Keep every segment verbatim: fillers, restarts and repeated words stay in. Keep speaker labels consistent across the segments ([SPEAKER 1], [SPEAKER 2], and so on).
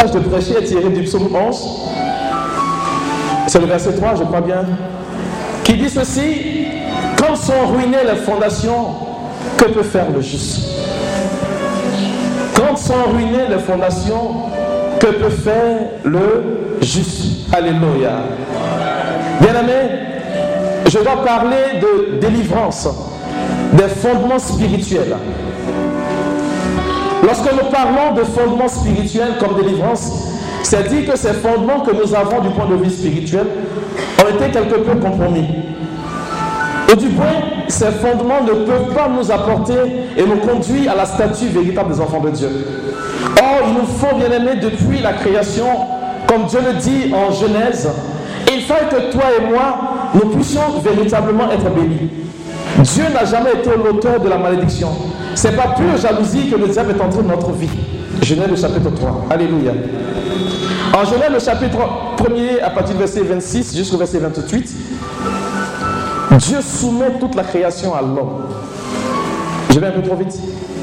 [SPEAKER 1] de prêcher est tiré du psaume onze. C'est le verset trois, je crois bien. Qui dit ceci: quand sont ruinées les fondations, que peut faire le juste? Quand sont ruinées les fondations, que peut faire le juste? Alléluia. Bien-aimés, je dois parler de délivrance, des fondements spirituels. Lorsque nous parlons de fondements spirituels comme délivrance, c'est dire que ces fondements que nous avons du point de vue spirituel ont été quelque peu compromis. Et du moins, ces fondements ne peuvent pas nous apporter et nous conduire à la statue véritable des enfants de Dieu. Or, il nous faut, bien aimés, depuis la création, comme Dieu le dit en Genèse, il faut que toi et moi, nous puissions véritablement être bénis. Dieu n'a jamais été l'auteur de la malédiction. Ce n'est pas pure jalousie que le diable est entré dans notre vie. Genèse le chapitre trois. Alléluia. En Genèse le chapitre premier, à partir du verset vingt-six jusqu'au verset vingt-huit, Dieu soumet toute la création à l'homme. Je vais un peu trop vite.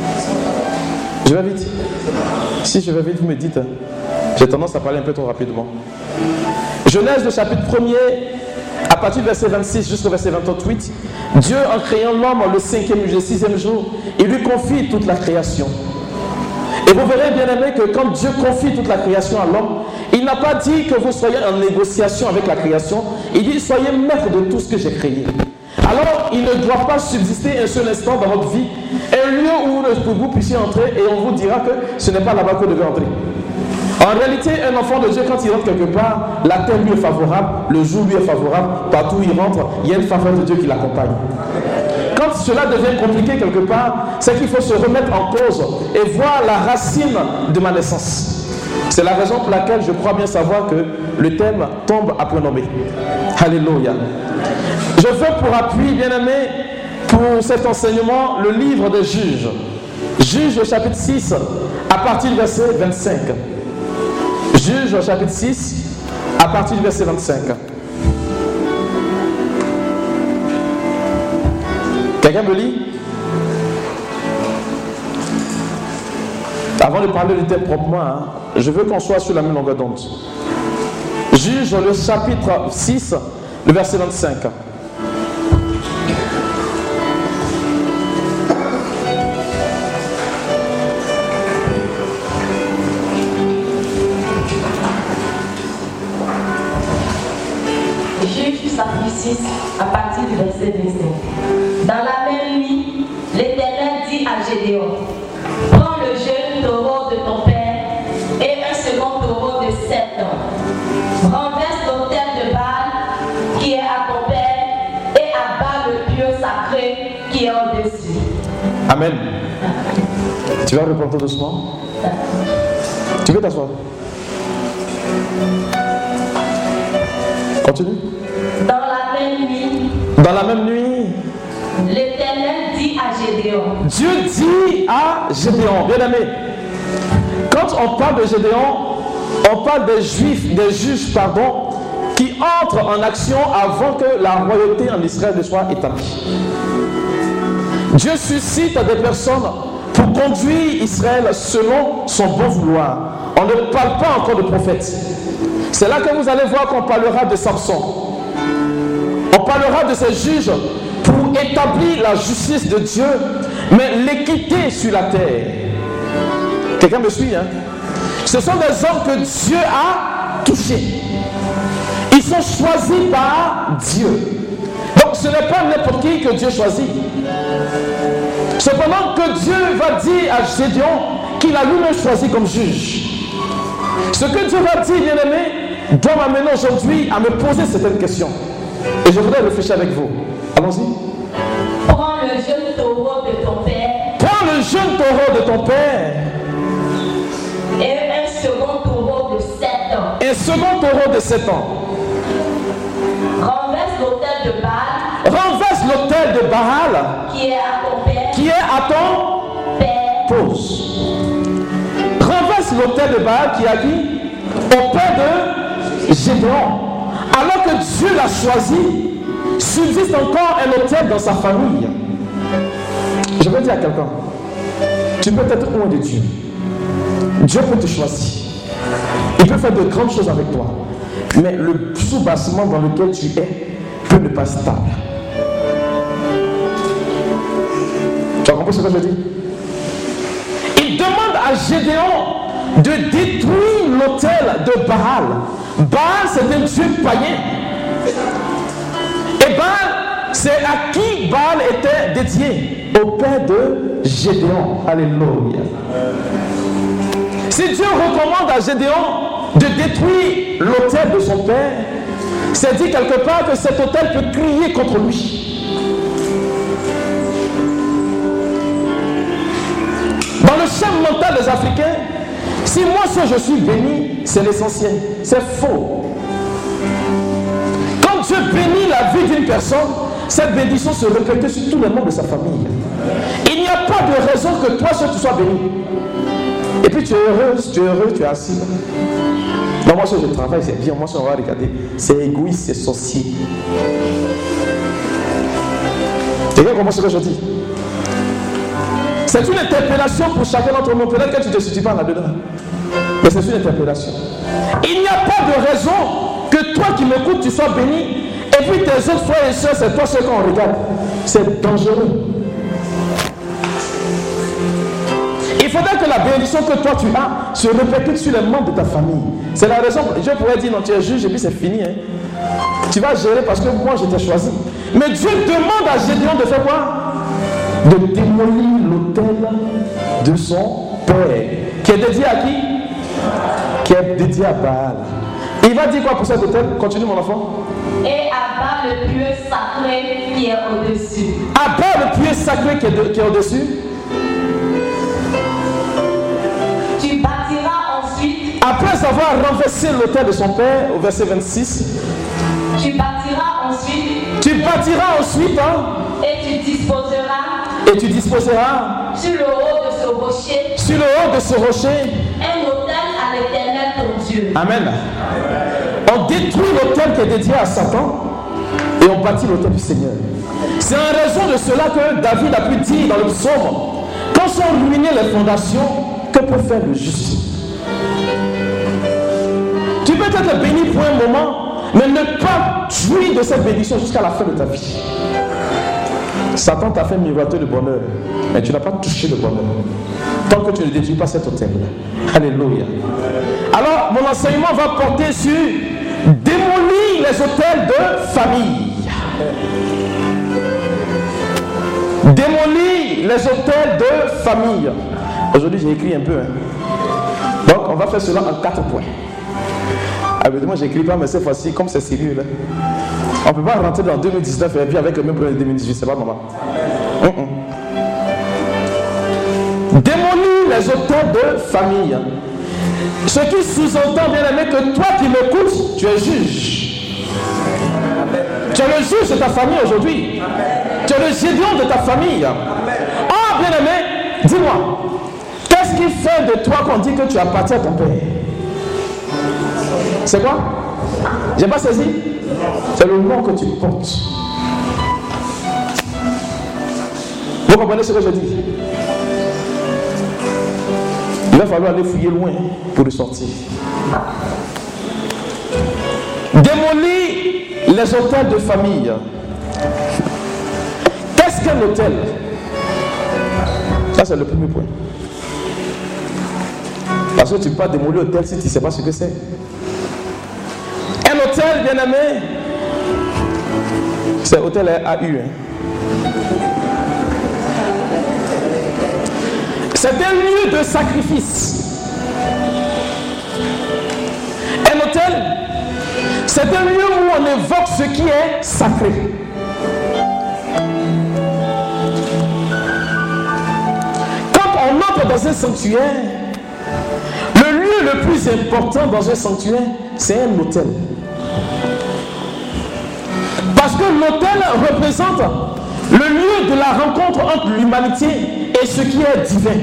[SPEAKER 1] Je vais vite. Si je vais vite, vous me dites. J'ai tendance à parler un peu trop rapidement. Genèse le chapitre premier, à partir du verset vingt-six jusqu'au verset vingt-huit, Dieu, en créant l'homme le cinquième jour, le sixième jour, il lui confie toute la création. Et vous verrez, bien aimé, que quand Dieu confie toute la création à l'homme, il n'a pas dit que vous soyez en négociation avec la création. Il dit: soyez maître de tout ce que j'ai créé. Alors, il ne doit pas subsister un seul instant dans votre vie, un lieu où vous puissiez entrer et on vous dira que ce n'est pas là-bas que vous devez entrer. En réalité, un enfant de Dieu, quand il rentre quelque part, la terre lui est favorable, le jour lui est favorable, partout où il rentre, il y a une faveur de Dieu qui l'accompagne. Quand cela devient compliqué quelque part, c'est qu'il faut se remettre en cause et voir la racine de ma naissance. C'est la raison pour laquelle je crois bien savoir que le thème tombe à point nommé. Alléluia. Je veux pour appui, bien aimé, pour cet enseignement, le livre des Juges. Juges au chapitre six, à partir du verset vingt-cinq. Juges au chapitre six, à partir du verset vingt-cinq. Quelqu'un me lit? Avant de parler du thème proprement, hein, je veux qu'on soit sur la même longueur d'onde. Juge le chapitre six, le verset vingt-cinq.
[SPEAKER 2] Juge chapitre six, à partir du verset vingt-cinq. Dans la même nuit, l'Éternel dit à Gédéon: prends le jeune taureau de ton père et un second taureau de sept ans. Renverse l'autel de Baal qui est à ton père et abat le pieu sacré qui est au-dessus.
[SPEAKER 1] Amen. Tu vas répondre doucement. Tu veux t'asseoir? Continue.
[SPEAKER 2] Dans la même nuit,
[SPEAKER 1] Dans la même nuit,
[SPEAKER 2] l'Éternel dit à Gédéon.
[SPEAKER 1] Dieu dit à Gédéon, bien aimé, quand on parle de Gédéon, on parle des juifs, des juges, pardon, qui entrent en action avant que la royauté en Israël ne soit établie. Dieu suscite des personnes pour conduire Israël selon son bon vouloir. On ne parle pas encore de prophètes. C'est là que vous allez voir qu'on parlera de Samson. On parlera de ces juges pour établir la justice de Dieu, mais l'équité sur la terre. Quelqu'un me suit, hein? Ce sont des hommes que Dieu a touchés. Ils sont choisis par Dieu. Donc ce n'est pas n'importe qui que Dieu choisit. Cependant que Dieu va dire à Gédéon qu'il a lui-même choisi comme juge. Ce que Dieu va dire, bien aimé, doit m'amener aujourd'hui à me poser certaines questions. Et je voudrais réfléchir avec vous. Allons-y.
[SPEAKER 2] Prends le jeune taureau de ton père.
[SPEAKER 1] Prends le jeune taureau de ton père.
[SPEAKER 2] Et un second taureau de sept ans.
[SPEAKER 1] Un second taureau de sept ans.
[SPEAKER 2] Renverse l'autel de Baal.
[SPEAKER 1] Renverse l'autel de Baal.
[SPEAKER 2] Qui est à ton père.
[SPEAKER 1] Qui est à ton
[SPEAKER 2] père.
[SPEAKER 1] Pause. Renverse l'autel de Baal qui a dit au père de Gédéon. Alors que Dieu l'a choisi, subsiste encore un autel dans sa famille. Je veux dire à quelqu'un, tu peux être loin de Dieu. Dieu peut te choisir. Il peut faire de grandes choses avec toi. Mais le sous-bassement dans lequel tu es peut ne pas être stable. Tu as compris ce que je dis? Il demande à Gédéon de détruire l'autel de Baal. Baal, c'est un dieu païen. Et Baal, c'est à qui Baal était dédié? Au père de Gédéon. Alléluia. Si Dieu recommande à Gédéon de détruire l'autel de son père, c'est dit quelque part que cet autel peut crier contre lui. Dans le schéma mental des Africains, si moi seul je suis béni, c'est l'essentiel. C'est faux. Quand Dieu bénit la vie d'une personne, cette bénédiction se reflète sur tous les membres de sa famille. Il n'y a pas de raison que toi seul tu sois béni. Et puis tu es heureux, tu es heureux, tu es assis. Non, moi seul je travaille, c'est bien. Moi seul on va regarder. C'est égoïste, c'est sorcier. Quelqu'un comprend ce que je dis? C'est une interpellation pour chacun d'entre nous. Peut-être que tu ne te situes pas là-dedans. Mais c'est une interpellation. Il n'y a pas de raison que toi qui m'écoutes, tu sois béni. Et puis tes autres frères et soeurs, c'est toi ceux qu'on regarde. C'est dangereux. Il faudrait que la bénédiction que toi tu as se répercute sur les membres de ta famille. C'est la raison. Je pourrais dire non, tu es juge et puis c'est fini. Hein. Tu vas gérer parce que moi je t'ai choisi. Mais Dieu demande à Gédéon de faire quoi? De démolir l'autel de son père. Qui est dédié à qui? Qui est dédié à Baal. Il va dire quoi pour cet autel? Continue mon enfant.
[SPEAKER 2] Et à Baal le pieu sacré qui est au-dessus.
[SPEAKER 1] À Baal le pieu sacré qui est, de, qui est au-dessus.
[SPEAKER 2] Tu bâtiras ensuite.
[SPEAKER 1] Après avoir renversé l'autel de son père, au verset vingt-six.
[SPEAKER 2] Tu bâtiras ensuite.
[SPEAKER 1] Tu bâtiras ensuite. Hein,
[SPEAKER 2] et tu disposeras.
[SPEAKER 1] Et tu disposeras
[SPEAKER 2] sur le haut de ce rocher.
[SPEAKER 1] Sur le haut de ce rocher.
[SPEAKER 2] Un autel à l'Éternel ton Dieu.
[SPEAKER 1] Amen. On détruit l'autel qui est dédié à Satan et on bâtit l'autel du Seigneur. C'est en raison de cela que David a pu dire dans le psaume, quand sont ruinées les fondations, que peut faire le juste? Tu peux être béni pour un moment, mais ne pas jouir de cette bénédiction jusqu'à la fin de ta vie. Satan t'a fait miroiter le bonheur, mais tu n'as pas touché le bonheur tant que tu ne détruis pas cet autel. Alléluia. Alors, mon enseignement va porter sur démolir les autels de famille. Démolir les autels de famille. Aujourd'hui, j'ai écrit un peu. Hein. Donc, on va faire cela en quatre points. Évidemment, je n'écris pas, mais cette fois-ci, comme c'est sérieux, là, on ne peut pas rentrer dans deux mille dix-neuf et puis avec le même problème de deux mille dix-huit, c'est pas normal. Mm -mm. Démolir les autels de famille. Ce qui sous-entend, bien aimé, que toi qui m'écoutes, tu es juge. Tu es le juge de ta famille aujourd'hui. Tu es le Gédéon de ta famille. Ah, bien aimé, dis-moi, qu'est-ce qui fait de toi qu'on dit que tu appartiens à ton père? C'est quoi? J'ai pas saisi? C'est le nom que tu portes. Vous comprenez ce que je dis? Il va falloir aller fouiller loin pour le sortir. Démolir les autels de famille. Qu'est-ce qu'un hôtel? Ça, c'est le premier point. Parce que tu ne peux pas démolir l'hôtel si tu ne sais pas ce que c'est. Un hôtel, bien aimé, c'est hôtel A U. Hein. C'est un lieu de sacrifice. Un hôtel, c'est un lieu où on évoque ce qui est sacré. Quand on entre dans un sanctuaire, le lieu le plus important dans un sanctuaire, c'est un hôtel. Parce que l'autel représente le lieu de la rencontre entre l'humanité et ce qui est divin.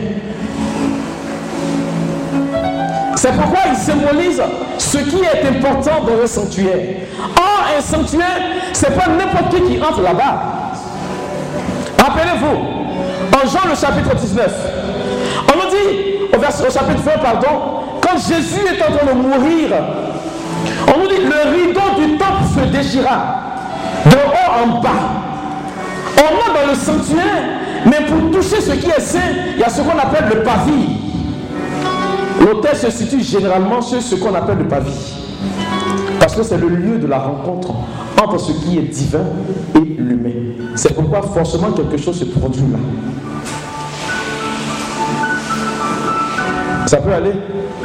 [SPEAKER 1] C'est pourquoi il symbolise ce qui est important dans un sanctuaire. Or, un sanctuaire, ce n'est pas n'importe qui qui entre là-bas. Rappelez-vous, en Jean le chapitre dix-neuf, on nous dit, au, verset, au chapitre vingt, pardon, quand quand Jésus est en train de mourir, on nous dit le rideau du temple se déchira de haut en bas. On entre dans le sanctuaire, mais pour toucher ce qui est saint, il y a ce qu'on appelle le pavis. L'autel se situe généralement sur ce qu'on appelle le pavis, parce que c'est le lieu de la rencontre entre ce qui est divin et l'humain. C'est pourquoi forcément quelque chose se produit là. Ça peut aller.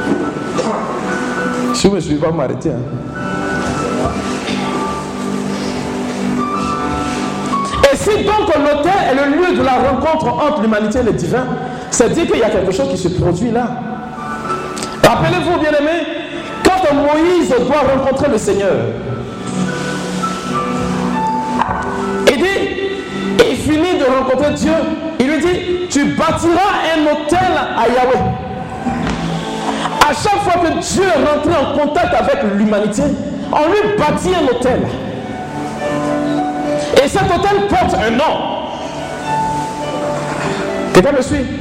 [SPEAKER 1] Si vous ne me suivez pas, vous m'arrêtez. Hein. Et si donc l'autel est le lieu de la rencontre entre l'humanité et le divin, c'est dire qu'il y a quelque chose qui se produit là. Rappelez-vous, bien-aimés, quand Moïse doit rencontrer le Seigneur, il dit, il finit de rencontrer Dieu, il lui dit, tu bâtiras un autel à Yahweh. À chaque fois que Dieu rentrait en contact avec l'humanité, on lui bâtit un autel. Et cet autel porte un nom. Quelqu'un me suit?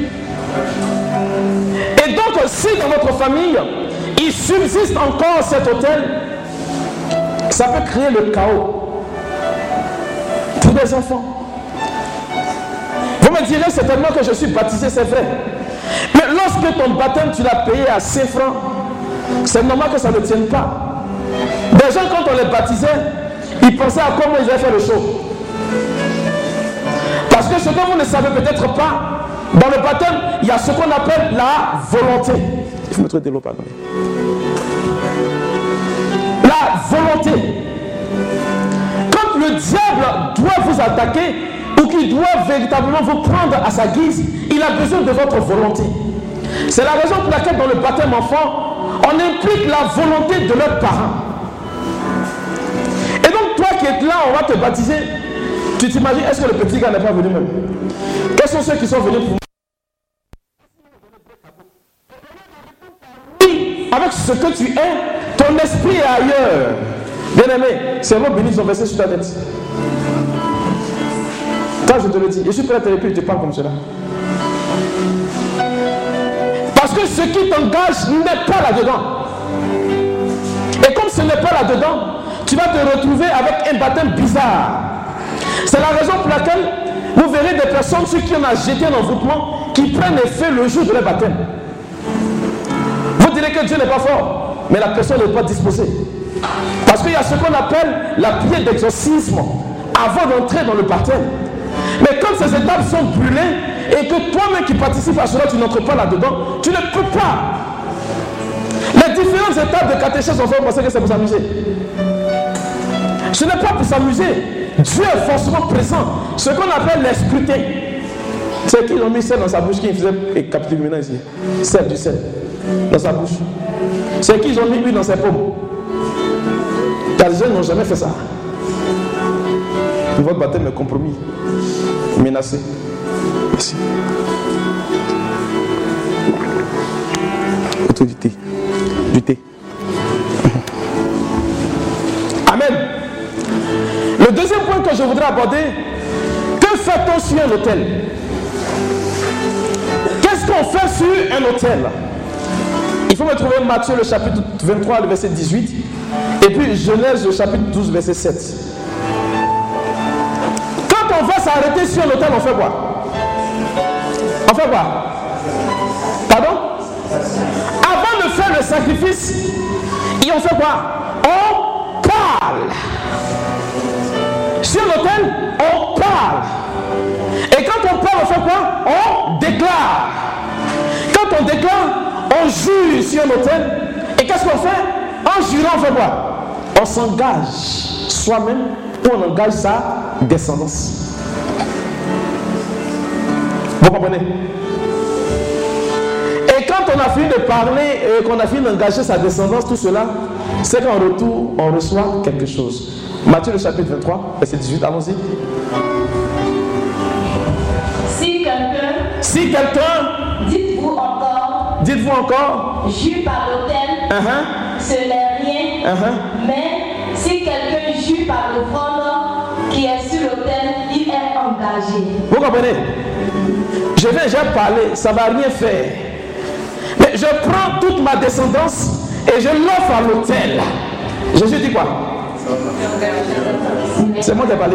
[SPEAKER 1] Et donc, si dans notre famille, il subsiste encore cet autel, ça peut créer le chaos pour des enfants. Vous me direz certainement que je suis baptisé, c'est vrai. Mais lorsque ton baptême, tu l'as payé à cinq francs, c'est normal que ça ne tienne pas. Des gens, quand on les baptisait, ils pensaient à comment ils avaient fait le show. Parce que ce que vous ne savez peut-être pas, dans le baptême, il y a ce qu'on appelle la volonté. Il faut me trouver de l'eau, pardon. La volonté. Quand le diable doit vous attaquer, ou qu'il doit véritablement vous prendre à sa guise, il a besoin de votre volonté. C'est la raison pour laquelle dans le baptême enfant, on implique la volonté de leurs parents. Et donc toi qui es là, on va te baptiser. Tu t'imagines, est-ce que le petit gars n'est pas venu même? Quels sont ceux qui sont venus pour avec ce que tu es, ton esprit est ailleurs. Bien aimé, c'est moi béni, ils ont versé sur ta tête. Quand je te le dis, je suis prêt à te répéter, je te parle comme cela. Parce que ce qui t'engage n'est pas là-dedans. Et comme ce n'est pas là-dedans, tu vas te retrouver avec un baptême bizarre. C'est la raison pour laquelle vous verrez des personnes sur qui on a jeté un envoûtement qui prennent effet le jour de leur baptême. Vous direz que Dieu n'est pas fort, mais la personne n'est pas disposée. Parce qu'il y a ce qu'on appelle la prière d'exorcisme avant d'entrer dans le baptême. Mais quand ces étapes sont brûlées et que toi-même qui participes à cela, tu n'entres pas là-dedans, tu ne peux pas. Les différentes étapes de catéchèse, on va penser que c'est pour s'amuser. Ce n'est pas pour s'amuser. Dieu est forcément présent. Ce qu'on appelle les scrutés. C'est qu'ils ont mis sel dans sa bouche, qui faisait capter maintenant ici. Sel du sel dans sa bouche. C'est qu'ils ont mis huile dans ses paumes. Les jeunes n'ont jamais fait ça. Votre baptême est compromis, menacé. Merci. Autour du thé. Du thé. Amen. Le deuxième point que je voudrais aborder, que fait-on sur un autel? Qu'est-ce qu'on fait sur un autel? Il faut me trouver Matthieu le chapitre vingt-trois, le verset dix-huit, et puis Genèse le chapitre douze, verset sept. Quand on va s'arrêter sur un autel, on fait quoi? On fait quoi? Pardon? Avant de faire le sacrifice, et on fait quoi? On parle. Sur l'autel, on parle. Et quand on parle, on fait quoi? On déclare. Quand on déclare, on jure sur l'autel. Et qu'est-ce qu'on fait? En jurant, on fait quoi? On s'engage soi-même ou on engage sa descendance. Vous comprenez? Et quand on a fini de parler et qu'on a fini d'engager sa descendance, tout cela, c'est qu'en retour, on reçoit quelque chose. Matthieu le chapitre vingt-trois, verset dix-huit, allons-y.
[SPEAKER 2] Si quelqu'un,
[SPEAKER 1] si quelqu'un,
[SPEAKER 2] dites-vous encore,
[SPEAKER 1] dites-vous encore,
[SPEAKER 2] jure par l'autel, uh-huh. ce n'est rien, uh-huh. mais si quelqu'un jure par l'offrande qui est sur l'autel, il est engagé.
[SPEAKER 1] Vous comprenez? Je vais déjà parler, ça ne va rien faire. Mais je prends toute ma descendance et je l'offre à l'autel. Jésus dit quoi? C'est moi qui ai parlé.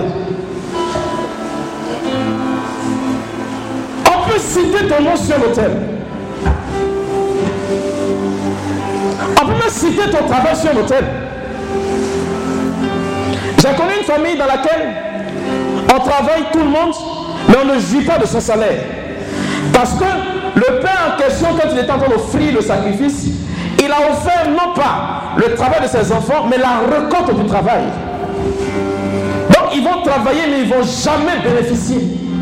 [SPEAKER 1] On peut citer ton nom sur l'autel. On peut même citer ton travail sur l'autel. J'ai connu une famille dans laquelle on travaille tout le monde, mais on ne jouit pas de son salaire. Parce que le père en question, quand il était en train d'offrir le sacrifice, il a offert non pas le travail de ses enfants, mais la récolte du travail. Donc ils vont travailler, mais ils ne vont jamais bénéficier.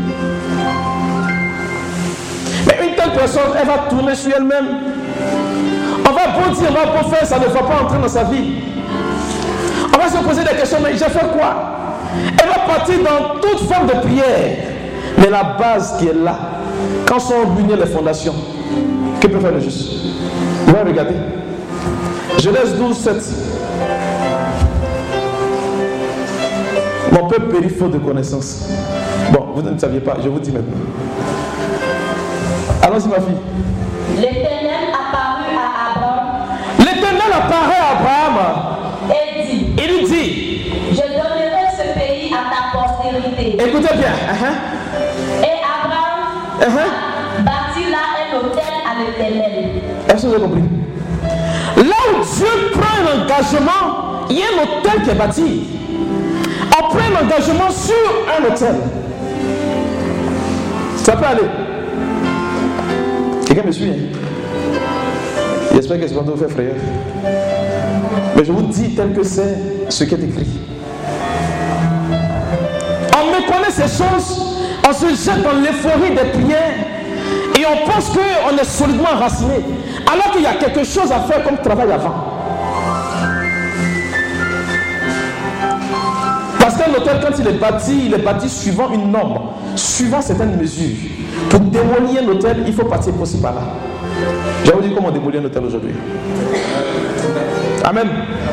[SPEAKER 1] Mais une telle personne, elle va tourner sur elle-même. On va beau dire, on va beau faire, ça ne va pas entrer dans sa vie. On va se poser des questions, mais j'ai fait quoi? Elle va partir dans toute forme de prière. Mais la base qui est là, quand sont ruinées les fondations, que peut faire le juste? On va regarder. Genèse douze, sept. Mon peuple périt faute de connaissance. Bon, vous ne saviez pas, je vous dis maintenant. Allons-y, ma fille.
[SPEAKER 2] L'Éternel apparut à Abraham.
[SPEAKER 1] L'Éternel apparaît à Abraham.
[SPEAKER 2] Et dit,
[SPEAKER 1] il lui dit,
[SPEAKER 2] je donnerai ce pays à ta postérité.
[SPEAKER 1] Écoutez bien. Uh-huh.
[SPEAKER 2] Et Abraham uh-huh. bâtit là un autel à l'Éternel.
[SPEAKER 1] Est-ce que vous avez compris? Là où Dieu prend un engagement, il y a un autel qui est bâti. On prend un engagement sur un autel. Ça peut aller. Quelqu'un me suit, hein? J'espère que ce n'est pas vous faire frayeur. Mais je vous dis tel que c'est ce qui est écrit. On méconnaît ces choses, on se jette dans l'euphorie des prières et on pense qu'on est solidement enraciné, alors qu'il y a quelque chose à faire comme travail avant. Parce qu'un hôtel, quand il est bâti, il est bâti suivant une norme, suivant certaines mesures. Pour démolir un hôtel, il faut passer par-ci par là. Je vais vous dire comment démolir un hôtel aujourd'hui. Amen.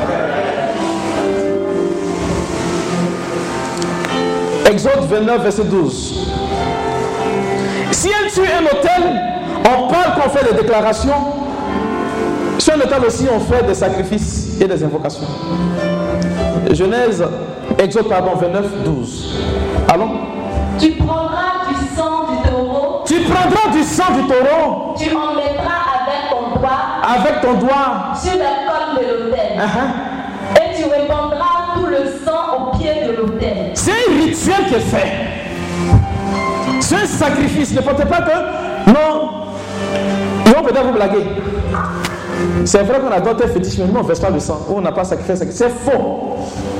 [SPEAKER 1] Exode vingt-neuf, verset douze. Si elle tue un hôtel, on parle qu'on fait des déclarations. Sur un hôtel aussi, on fait des sacrifices et des invocations. Genèse, Exode pardon, vingt-neuf, douze. Allons.
[SPEAKER 2] Tu prendras du sang du taureau.
[SPEAKER 1] Tu prendras du sang du taureau.
[SPEAKER 2] Tu en mettras avec ton doigt.
[SPEAKER 1] Avec ton doigt.
[SPEAKER 2] Sur la colonne de l'autel.
[SPEAKER 1] Uh-huh.
[SPEAKER 2] Et tu répandras tout le sang au pied de l'autel.
[SPEAKER 1] C'est un rituel qui est fait. C'est un sacrifice. Ne pensez pas que. Non. Ils vont peut-être vous blaguer. C'est vrai qu'on a d'autres fétiches, mais nous on ne verse pas le sang. Ou on n'a pas sacrifié. C'est faux.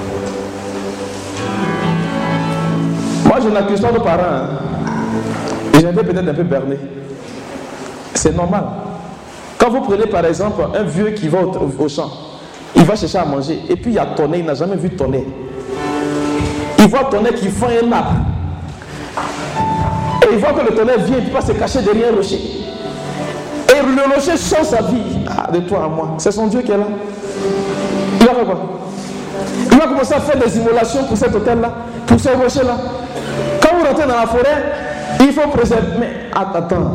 [SPEAKER 1] Moi je n'accuse pas nos parents. Hein. J'étais peut-être un peu berné. C'est normal. Quand vous prenez par exemple un vieux qui va au, au, au champ, il va chercher à manger, et puis il y a tonnerre, il n'a jamais vu tonnerre. Il voit tonnerre qui fend un arbre. Et il voit que le tonnerre vient, il ne peut pas se cacher derrière un rocher. Et le rocher change sa vie. Ah, de toi à moi. C'est son Dieu qui est là. Il va faire quoi? Il va commencer à faire des immolations pour cet hôtel-là, pour ce rocher-là. Quand vous rentrez dans la forêt, il faut préserver. Mais attends.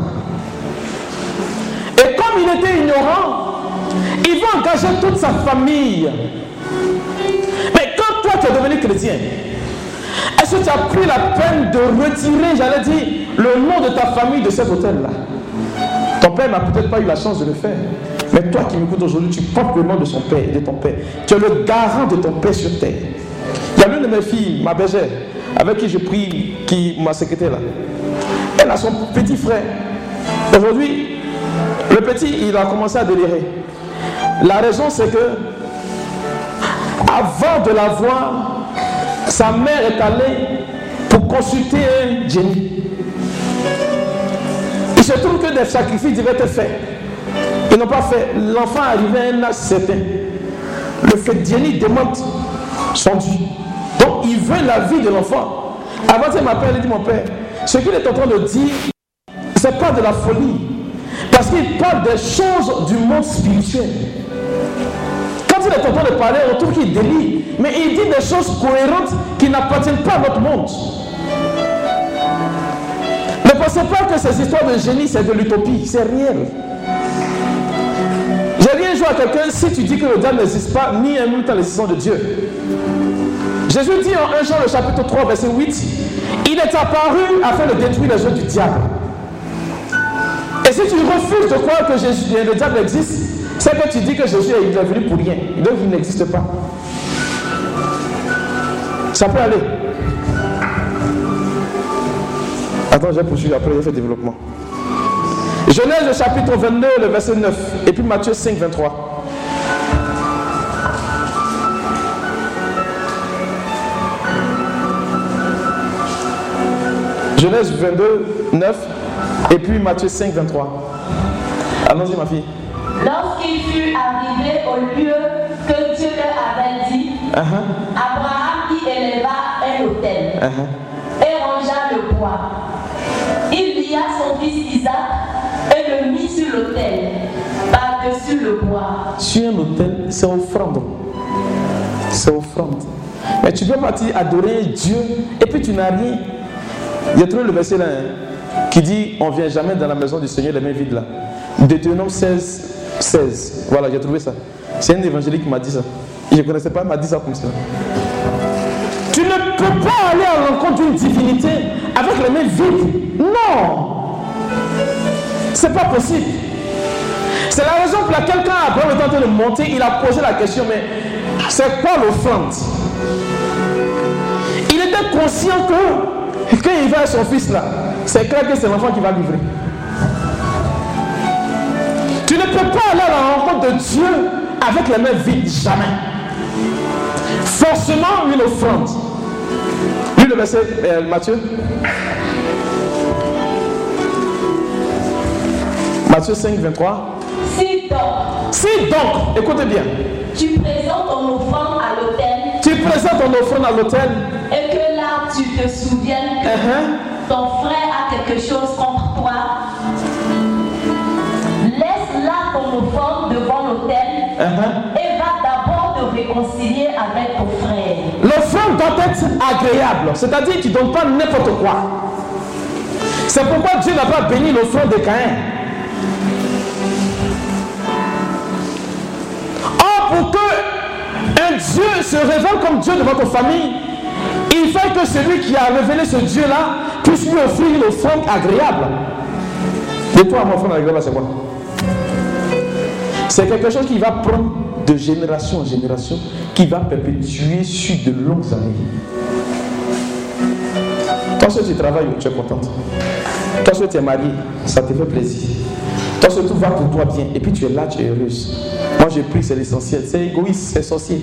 [SPEAKER 1] Et comme il était ignorant, il va engager toute sa famille. Mais quand toi tu es devenu chrétien, est-ce que tu as pris la peine de retirer, j'allais dire, le nom de ta famille de cet hôtel-là? Ton père n'a peut-être pas eu la chance de le faire. Mais toi qui m'écoutes aujourd'hui, tu portes le nom de son père, de ton père. Tu es le garant de ton père sur terre. Il y a l'une de mes filles, ma bergère, avec qui je prie, qui m'a secrétaire là. Elle a son petit frère. Aujourd'hui, le petit, il a commencé à délirer. La raison, c'est que, avant de l'avoir, sa mère est allée pour consulter un génie. Il se trouve que des sacrifices devaient être faits. Ils n'ont pas fait. L'enfant est arrivé à un âge certain. Le fait génie demande son Dieu. Donc, il veut la vie de l'enfant. Avant, il m'appelle, il dit, mon père, ce qu'il est en train de dire, ce n'est pas de la folie. Parce qu'il parle des choses du monde spirituel. Quand il est en train de parler, on trouve qu'il délie. Mais il dit des choses cohérentes qui n'appartiennent pas à notre monde. Ne pensez pas que ces histoires de génie, c'est de l'utopie. C'est réel. à quelqu'un si tu dis que le diable n'existe pas, ni un minute à l'existence de Dieu. Jésus dit en un Jean le chapitre trois, verset huit, il est apparu afin de détruire les œuvres du diable. Et si tu refuses de croire que Jésus, le diable existe, c'est que tu dis que Jésus il est venu pour rien, donc il n'existe pas. Ça peut aller. Attends, je vais poursuivre après, je fais développement. Genèse le chapitre vingt-deux, le verset neuf, et puis Matthieu cinq, vingt-trois. Genèse vingt-deux, neuf, et puis Matthieu cinq, vingt-trois. Allons-y, ma fille.
[SPEAKER 2] Lorsqu'il fut arrivé au lieu que Dieu leur avait dit, uh-huh. Abraham y éleva un autel uh-huh. et rangea le bois. Il lia son fils Isaac et le mit sur l'autel, par-dessus le bois.
[SPEAKER 1] Sur un autel, c'est offrande. C'est offrande. Mais tu peux partir adorer Dieu et puis tu n'as rien. Il y a trouvé le verset là hein, qui dit on ne vient jamais dans la maison du Seigneur les mains vides là. Deutéronome seize, seize. Voilà, j'ai trouvé ça. C'est un évangélique qui m'a dit ça. Je ne connaissais pas, il m'a dit ça comme ça. Tu ne peux pas aller à l'encontre d'une divinité avec les mains vides. Non! C'est pas possible. C'est la raison pour laquelle quand Abraham était en train de monter, il a posé la question, mais c'est quoi l'offrande? Il était conscient que quand il va à son fils là, c'est clair que c'est l'enfant qui va livrer. Tu ne peux pas aller à la rencontre de Dieu avec les mains vides, jamais. Forcément une offrande. Lis le verset, euh, Matthieu. Matthieu cinq, vingt-trois.
[SPEAKER 2] Si donc,
[SPEAKER 1] si donc, écoutez bien.
[SPEAKER 2] Tu présentes ton offrande à l'autel.
[SPEAKER 1] Tu présentes ton offrande à l'autel.
[SPEAKER 2] Et que là tu te souviennes que uh-huh. ton frère a quelque chose contre toi. Laisse là ton offrande devant l'autel uh-huh. et va d'abord te réconcilier avec ton frère.
[SPEAKER 1] L'offrande doit être agréable, c'est-à-dire que tu ne donnes pas n'importe quoi. C'est pourquoi Dieu n'a pas béni l'offrande de Caïn. Or, pour que un Dieu se révèle comme Dieu devant ta famille, il faut que celui qui a révélé ce Dieu-là puisse lui offrir une offrande agréable. Et toi, mon offrande agréable, c'est quoi? C'est quelque chose qui va prendre de génération en génération, qui va perpétuer sur de longues années. Toi, si tu travailles, tu es contente. Toi, si tu es marié, ça te fait plaisir. Toi, si tout va pour toi bien, et puis tu es là, tu es heureuse. Moi, j'ai pris, c'est l'essentiel. C'est égoïste, c'est sorcier.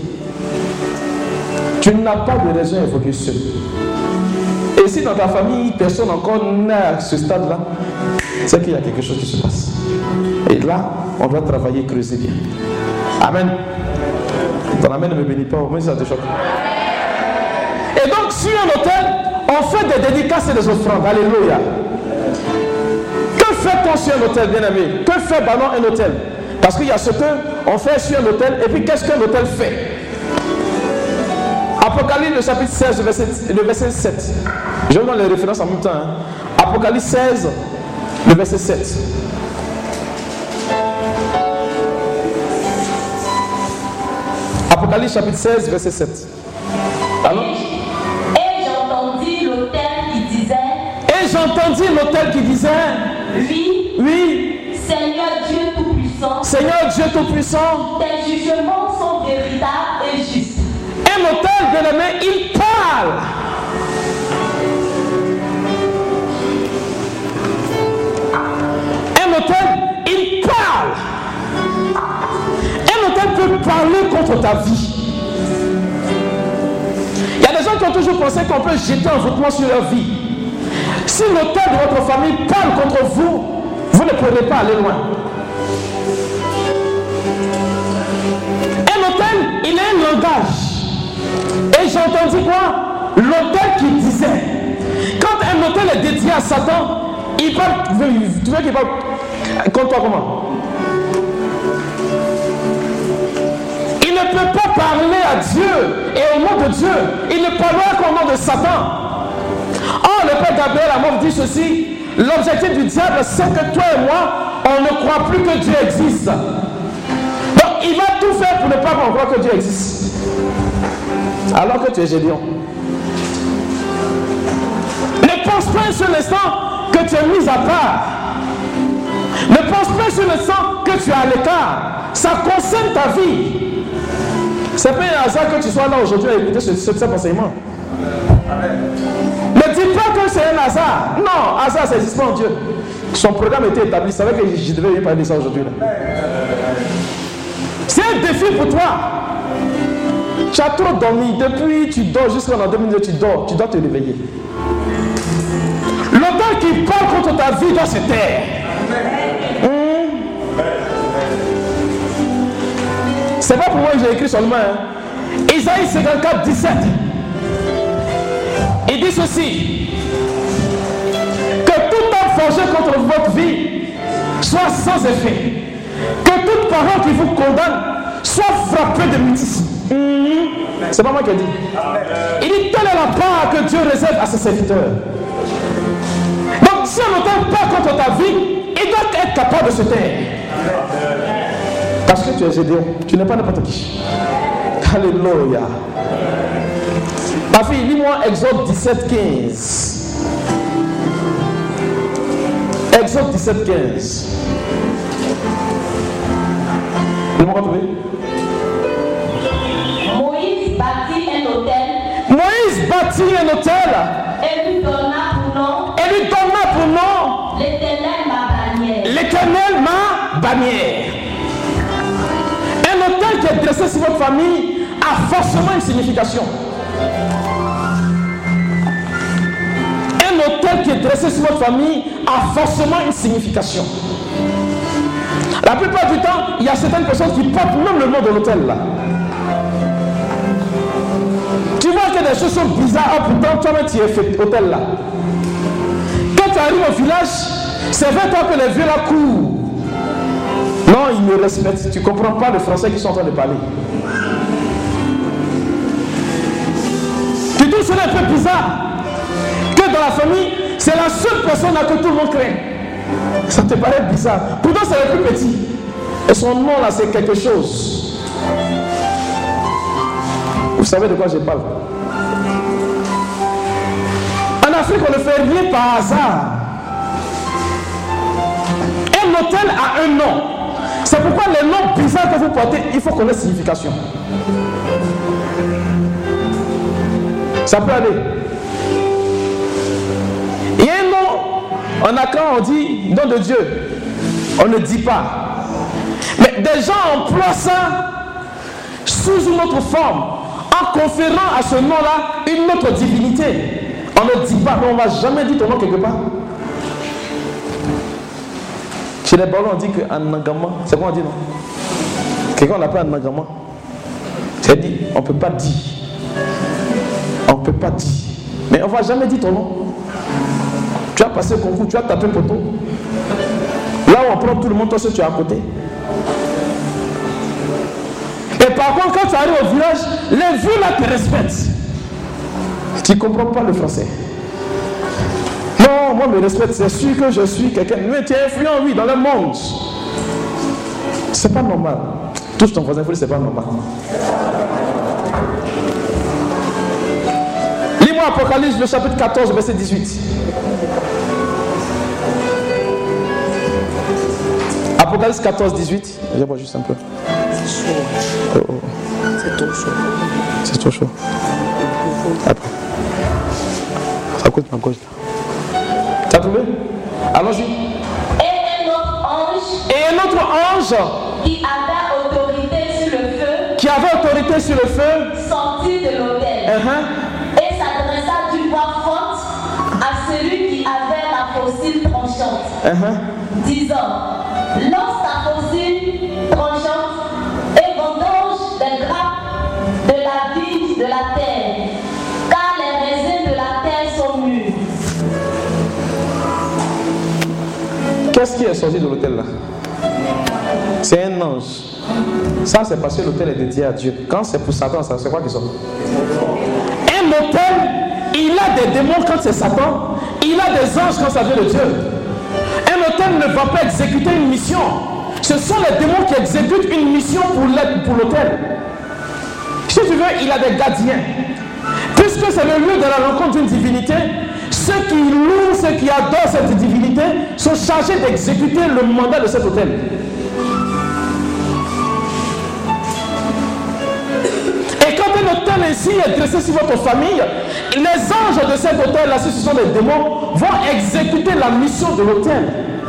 [SPEAKER 1] Tu n'as pas de raison à évoquer seul. Et si dans ta famille, personne encore n'est à ce stade-là, c'est qu'il y a quelque chose qui se passe. Et là, on doit travailler, creuser bien. Amen. Ton amen ne me bénit pas, au moins ça te choque. Et donc, sur un autel, on fait des dédicaces et des offrandes. Alléluia. Que fait-on sur un autel, bien-aimé? Que fait Banon un autel? Parce qu'il y a ce qu'on fait sur un autel, et puis qu'est-ce qu'un autel fait? Apocalypse, le chapitre seize, le verset, le verset sept. Je vais vous donner les références en même temps. Hein. Apocalypse seize, le verset sept. Apocalypse chapitre seize, verset sept. Alors?
[SPEAKER 2] Et j'entendis l'autel qui disait.
[SPEAKER 1] Et j'entendis l'autel qui disait.
[SPEAKER 2] Oui.
[SPEAKER 1] Oui.
[SPEAKER 2] Seigneur Dieu Tout-Puissant.
[SPEAKER 1] Seigneur Dieu Tout-Puissant.
[SPEAKER 2] Tes jugements sont véritables et justes.
[SPEAKER 1] Et l'autel, bien-aimé, il parle. Un autel, il parle. Un autel peut parler contre ta vie. Il y a des gens qui ont toujours pensé qu'on peut jeter un votement sur leur vie. Si l'autel de votre famille parle contre vous, vous ne pourrez pas aller loin. Un autel, il a un langage. Et j'ai entendu quoi? L'autel qui disait. Quand un autel est dédié à Satan, il parle. Tu veux qu'il parle contre toi comment? Il ne peut pas parler à Dieu et au nom de Dieu. Il ne parlera qu'au nom de Satan. Or, le Père Gabriel à mort dit ceci. L'objectif du diable, c'est que toi et moi, on ne croit plus que Dieu existe. Donc, tout faire pour ne pas croire que Dieu existe. Alors que tu es Gédéon. Ne pense pas un seul instant que tu es mis à part. Ne pense pas un seul instant que tu es à l'écart. Ça concerne ta vie. C'est pas un hasard que tu sois là aujourd'hui à écouter ce, ce, cet enseignement. Ne dis pas que c'est un hasard. Non, hasard, ça n'existe pas en Dieu. Son programme était établi. Il savait que je devais lui parler de ça aujourd'hui. C'est un défi pour toi. Tu as trop dormi. Depuis, tu dors jusqu'à dans deux minutes, tu dors. Tu dois te réveiller. L'auteur qui parle contre ta vie doit se taire. Hum. C'est pas pour moi que j'ai écrit seulement. Hein. Isaïe cinquante-quatre, dix-sept. Il dit ceci. Que tout homme forgé contre votre vie soit sans effet. Que toute parole qui vous condamne soit frappée de mutisme. Mmh. C'est pas moi qui ai dit. Il dit telle est la part que Dieu réserve à ses serviteurs. Donc si un auteur parle contre ta vie, il doit être capable de se taire. Parce que tu es Gédéon, tu n'es pas n'importe qui. Alléluia. Ma fille, lis-moi Exode dix-sept, quinze. Exode dix-sept, quinze. Lis-moi trouver.
[SPEAKER 2] Moïse bâtit un autel.
[SPEAKER 1] Moïse bâtit un autel.
[SPEAKER 2] Et lui donna pour nom.
[SPEAKER 1] Et lui donna pour nom.
[SPEAKER 2] L'Éternel ma bannière.
[SPEAKER 1] L'Éternel ma bannière. Un autel qui est dressé sur votre famille a forcément une signification. Un autel qui est dressé sur votre famille a forcément une signification. La plupart du temps, il y a certaines personnes qui portent même le nom de l'autel là. Tu vois que des choses sont bizarres, ah, pourtant toi-même tu es fait hôtel là. Quand tu arrives au village, c'est vers toi que les vieux là courent. Non, ils me respectent. Tu ne comprends pas le français qu'ils sont en train de parler. Tu trouves cela un peu bizarre que dans la famille, c'est la seule personne là que tout le monde craint. Ça te paraît bizarre. Pourtant, c'est le plus petit. Et son nom là, c'est quelque chose. Vous savez de quoi je parle? En Afrique, on ne fait rien par hasard. Un hôtel a un nom. C'est pourquoi les noms bizarres que vous portez, il faut connaître la signification. Ça peut aller. Il y a un nom, en Accra, on dit nom de Dieu. On ne dit pas. Mais des gens emploient ça sous une autre forme, en conférant à ce nom-là une autre divinité. On ne dit pas, mais on ne va jamais dire ton nom quelque part. Chez les Baoulés, on dit que Anagama, c'est quoi on dit non? Quelqu'un l'appelle Anagama. C'est dit, on ne peut pas dire. On ne peut pas dire. Mais on ne va jamais dire ton nom. Tu as passé le concours, tu as tapé le poteau. Là où on prend tout le monde, toi seul tu es à côté. Et par contre, quand tu arrives au village, les vieux là te respectent. Tu ne comprends pas le français. Non, moi me respecte, c'est sûr que je suis quelqu'un. Mais tu es influent, oui, dans le monde. C'est pas normal. Touche ton voisin, c'est pas normal. Lis-moi Apocalypse, le chapitre quatorze, verset dix-huit. Apocalypse quatorze, dix-huit. Je vois juste un peu.
[SPEAKER 3] C'est chaud.
[SPEAKER 1] Oh, oh.
[SPEAKER 3] C'est trop chaud.
[SPEAKER 1] C'est trop chaud. Après. Ça coûte ma gauche là. Tu as trouvé? Allons-y.
[SPEAKER 2] Et un autre ange.
[SPEAKER 1] Et un autre ange.
[SPEAKER 2] Qui avait autorité sur le feu.
[SPEAKER 1] Qui avait autorité sur le feu.
[SPEAKER 2] Sortit de l'autel.
[SPEAKER 1] Uh-huh.
[SPEAKER 2] Et s'adressa d'une voix forte à celui qui avait la faucille tranchante.
[SPEAKER 1] Uh-huh.
[SPEAKER 2] Disant, lance ta faucille tranchante et vendange des grappes de la vigne de la terre, car les raisins de la terre sont mûrs.
[SPEAKER 1] Qu'est-ce qui est sorti de l'autel là? C'est un ange. Ça, c'est parce que l'autel est dédié à Dieu. Quand c'est pour Satan, ça, c'est quoi qui sort? Un autel, il a des démons quand c'est Satan. Il a des anges quand ça vient de Dieu. Un autel ne va pas exécuter une mission. Ce sont les démons qui exécutent une mission pour l'autel. Si tu veux, il a des gardiens. Puisque c'est le lieu de la rencontre d'une divinité, ceux qui louent, ceux qui adorent cette divinité sont chargés d'exécuter le mandat de cet autel. Et quand un autel ainsi est dressé sur votre famille, les anges de cet autel-là, si ce sont des démons, vont exécuter la mission de l'autel.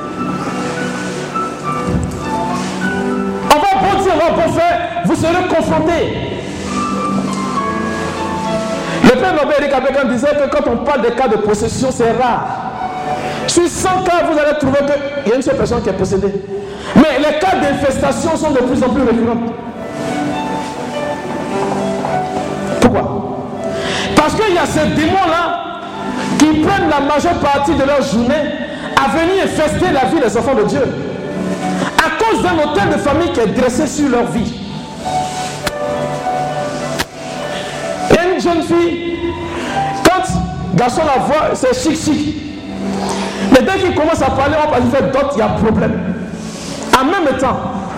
[SPEAKER 1] On va bon dire, on va bon faire, vous serez confrontés. Le père Nobel Eric Abekan disait que quand on parle des cas de possession, c'est rare. Sur cent cas, vous allez trouver qu'il y a une seule personne qui est possédée. Mais les cas d'infestation sont de plus en plus récurrents. Pourquoi? Parce qu'il y a ces démons-là qui prennent la majeure partie de leur journée à venir infester la vie des enfants de Dieu. À cause d'un autel de famille qui est dressé sur leur vie. Et une jeune fille, quand garçon la voit, c'est chic chic. Mais dès qu'il commence à parler, on va lui faire d'autres, il y a problème. En même temps,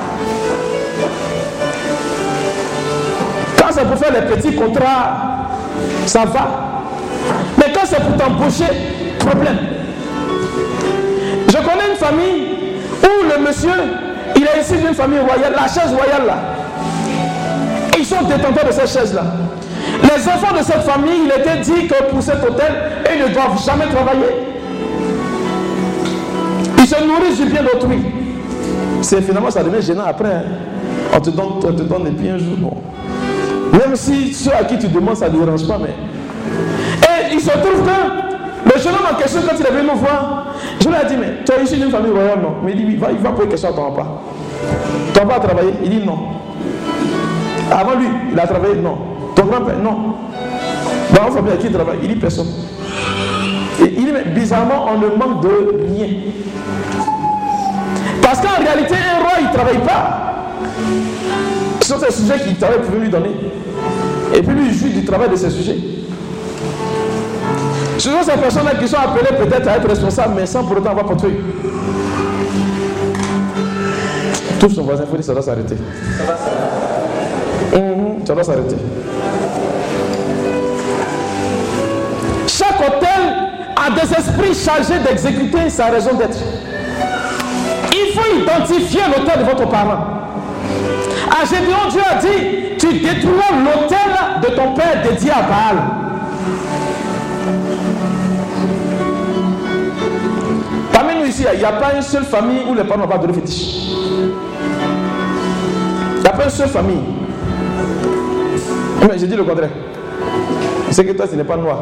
[SPEAKER 1] quand c'est pour faire les petits contrats, ça va. Mais quand c'est pour t'embaucher, problème. Je connais une famille où le monsieur, il est issu d'une famille royale, la chaise royale là. Ils sont détenteurs de cette chaise là. Les enfants de cette famille, il était dit que pour cet hôtel, ils ne doivent jamais travailler. Ils se nourrissent du bien d'autrui. C'est finalement ça devient gênant après. Hein. On te donne, on te donne des pieds un jour. Bon. Même si ceux à qui tu demandes, ça ne dérange pas. Mais... Et il se trouve que le jeune homme en question, quand il est venu nous voir, je lui ai dit, mais tu es issu d'une famille royale, non? Mais il dit, oui, va, il va poser question à ton papa. Ton papa a travaillé? Il dit non. Avant lui, il a travaillé? Non. Ton grand-père? Non. Dans la famille à qui il travaille? Il dit personne. Et il dit, mais bizarrement, on ne manque de rien. Parce qu'en réalité, un roi, il ne travaille pas. Ce sont ces sujets qu'il travaille pour lui donner. Et puis lui, il jouit du travail de ces sujets. Ce sont ces personnes-là qui sont appelées peut-être à être responsables, mais sans pour autant avoir portefeuille. Touche son voisin, il faut dire que ça doit s'arrêter. Ça va s'arrêter. Mmh, ça doit s'arrêter. Chaque hôtel a des esprits chargés d'exécuter sa raison d'être. Il faut identifier l'autel de votre parent. À Gédéon, Dieu a dit, tu détruiras l'autel de ton père dédié à Baal. Parmi nous ici, il n'y a pas une seule famille où les parents n'ont pas de fétiche. Il n'y a pas une seule famille. Mais j'ai dit le contraire. C'est que toi, ce n'est pas noir.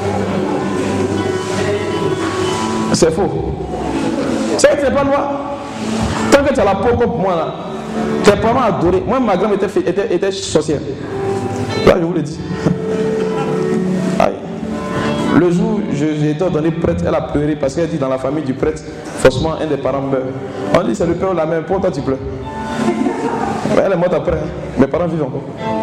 [SPEAKER 1] C'est faux. C'est que tu n'es pas noir. Tant que tu as la peau comme moi là, tes parents adorés. Moi, ma grand-mère était, était, était sorcière. Là, je vous le dis. Aïe. Le jour où j'ai été ordonné prêtre, elle a pleuré parce qu'elle dit dans la famille du prêtre, forcément, un des parents meurt. On dit c'est le père ou la mère, pourquoi tu pleures? Elle est morte après. Hein. Mes parents vivent encore.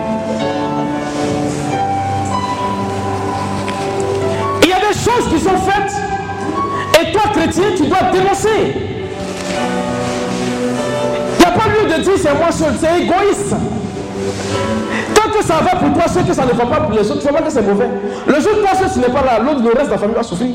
[SPEAKER 1] Il y a des choses qui sont faites et toi, chrétien, tu dois dénoncer. Il n'y a pas lieu de dire c'est moi seul, c'est égoïste. Tant que ça va pour toi, ce que ça ne va pas pour les autres, tu ne vois pas que c'est mauvais. Le jour où toi, ce n'est pas là, l'autre, le reste de la famille va souffrir.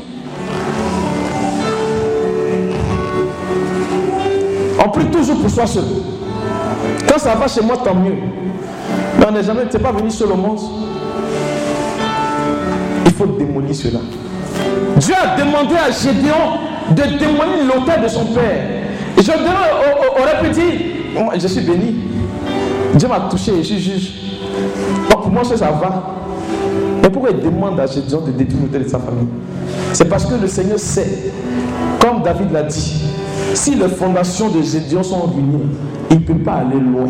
[SPEAKER 1] On prie toujours pour soi seul. Quand ça va chez moi, tant mieux. Mais on n'est jamais, tu n'es pas venu seul au monde. Il faut démolir cela. Dieu a demandé à Gédéon de démolir l'autel de son père. Et je aurais pu dire, je suis béni. Dieu m'a touché, je suis juge. Donc pour moi, ça, ça va. Mais pourquoi il demande à Gédéon de détruire l'autel de sa famille? C'est parce que le Seigneur sait, comme David l'a dit, si les fondations de Gédéon sont ruinées, il ne peut pas aller loin.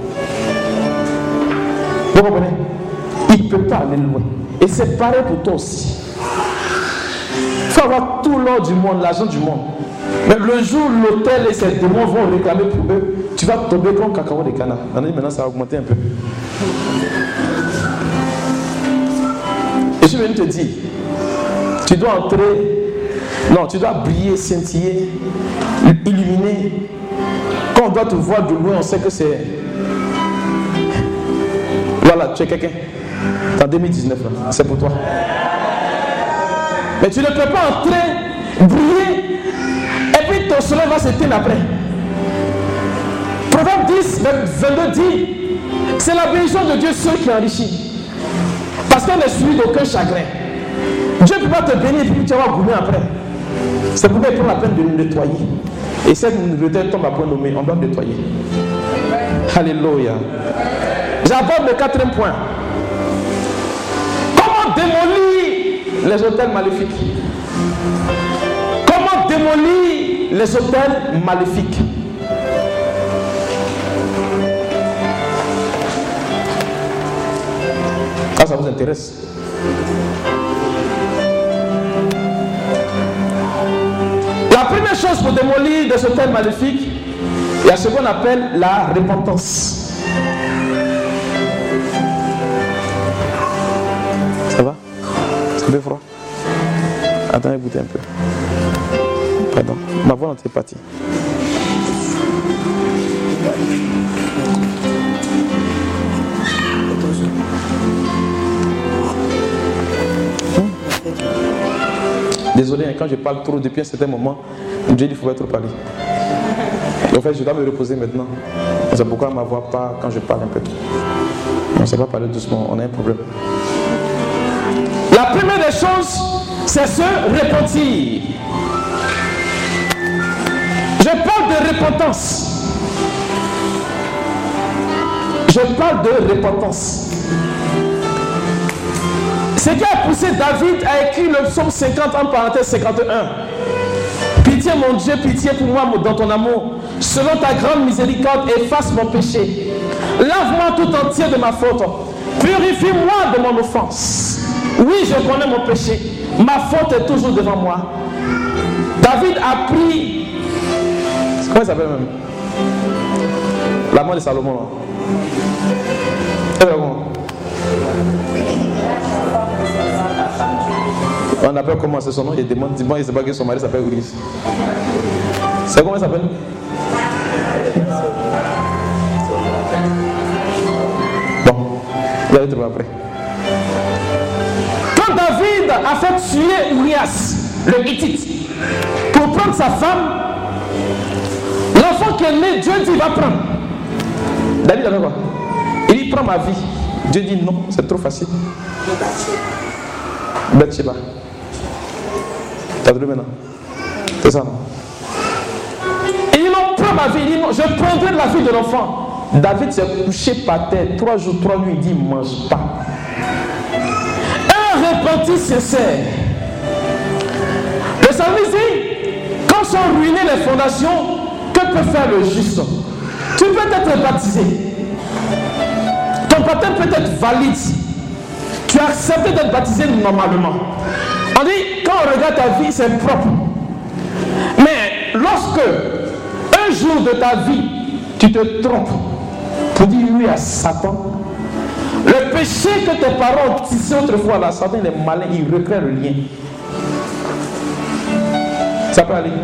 [SPEAKER 1] Vous comprenez? Il ne peut pas aller loin. Et c'est pareil pour toi aussi. Il faut avoir tout l'or du monde, l'argent du monde. Mais le jour où l'hôtel et ses démons vont réclamer pour eux, tu vas tomber comme cacao des canards. Maintenant, ça va augmenter un peu. Et je suis venu te dire, tu dois entrer, non, tu dois briller, scintiller, illuminer. Quand on doit te voir de loin, on sait que c'est... Voilà, tu es quelqu'un. C'est en deux mille dix-neuf, là. C'est pour toi. Mais tu ne peux pas entrer, briller, et puis ton soleil va s'éteindre après. Proverbe dix, vingt-deux dit, c'est la bénédiction de Dieu seul qui enrichit. Parce qu'elle n'est suivie d'aucun chagrin. Dieu ne peut pas te bénir et puis tu vas goumer après. C'est pourquoi il prend la peine de nous nettoyer. Et cette retraite tombe à point nommé, on doit nettoyer. Alléluia. J'aborde le quatrième point. Comment démolir les hôtels maléfiques? Comment démolir les hôtels maléfiques? Ah, ça vous intéresse? La première chose pour démolir des hôtels maléfiques, il y a ce qu'on appelle la repentance. Ça va? C'est un peu froid? Attends, écoutez un peu. Pardon, ma voix n'était pas partie. Désolé, quand je parle trop depuis un certain moment, Dieu dit qu'il ne faut pas trop parler. En fait, je dois me reposer maintenant. C'est pourquoi ma voix part quand je parle un peu. On ne sait pas parler doucement, on a un problème. La première des choses, c'est se repentir. Je parle de repentance. Je parle de repentance. Ce qui a poussé David à écrire le psaume cinquante en parenthèse cinquante et un. Pitié mon Dieu, pitié pour moi dans ton amour. Selon ta grande miséricorde, efface mon péché. Lave-moi tout entier de ma faute. Purifie-moi de mon offense. Oui, je connais mon péché. Ma faute est toujours devant moi. David a pris... Comment il s'appelle même? La mort de Salomon. C'est bon. On appelle comment c'est son nom? Il demande, il ne sait pas que son mari s'appelle Ulysse. C'est comment il s'appelle? Bon, vous allez trouver après. Quand David a fait tuer Urias, le Hittite, pour prendre sa femme, l'enfant qui est né, Dieu dit il va prendre. David a fait quoi? Il dit prends ma vie. Dieu dit non, c'est trop facile. Bathsheba. T'as trouvé maintenant? C'est ça, non? Il dit non, prends ma vie. Il dit non, je prendrai la vie de l'enfant. David s'est couché par terre. Trois jours, trois nuits, il dit ne mange pas. Un repenti sincère. Le psalmiste dit quand sont ruinées les fondations, que peut faire le juste? Tu peux être baptisé. Ton baptême peut être valide. Tu as accepté d'être baptisé normalement. On dit, quand on regarde ta vie, c'est propre. Mais lorsque, un jour de ta vie, tu te trompes pour dire oui à Satan, le péché que tes parents ont tissé autrefois, là, Satan il est malin, il recrée le lien. Ça peut aller.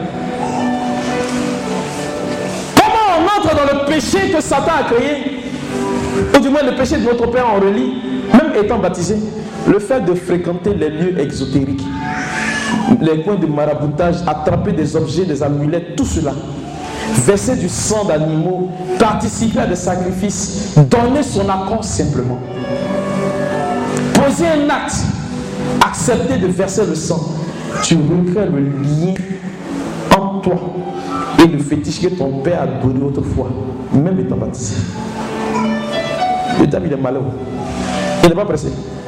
[SPEAKER 1] Comment on entre dans le péché que Satan a créé? Ou du moins le péché de notre Père en relie, même étant baptisé, le fait de fréquenter les lieux exotériques, les coins de maraboutage, attraper des objets, des amulettes, tout cela, verser du sang d'animaux, participer à des sacrifices, donner son accord simplement, poser un acte, accepter de verser le sang, tu recrées le lien en toi et le fétiche que ton père a donné autrefois, même étant baptisé. Le diable il est malheureux. Il n'est pas pressé.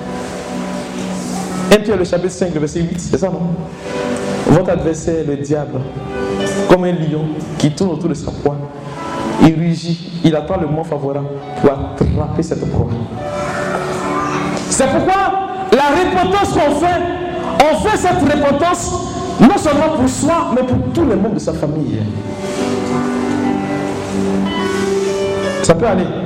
[SPEAKER 1] un Pierre le chapitre cinq, le verset huit, c'est ça non? Votre adversaire, le diable, comme un lion qui tourne autour de sa proie, il rugit, il attend le moment favorable pour attraper cette proie. C'est pourquoi la repentance qu'on fait, on fait cette repentance non seulement pour soi, mais pour tous les membres de sa famille. Ça peut aller.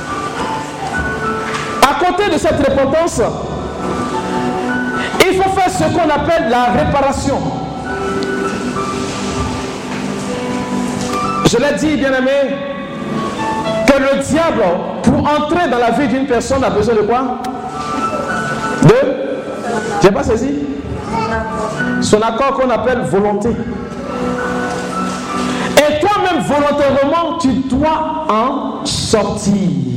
[SPEAKER 1] À côté de cette repentance, il faut faire ce qu'on appelle la réparation. Je l'ai dit, bien-aimé, que le diable, pour entrer dans la vie d'une personne, a besoin de quoi? De? Je n'ai pas saisi? Son accord qu'on appelle volonté. Et toi-même, volontairement, tu dois en sortir.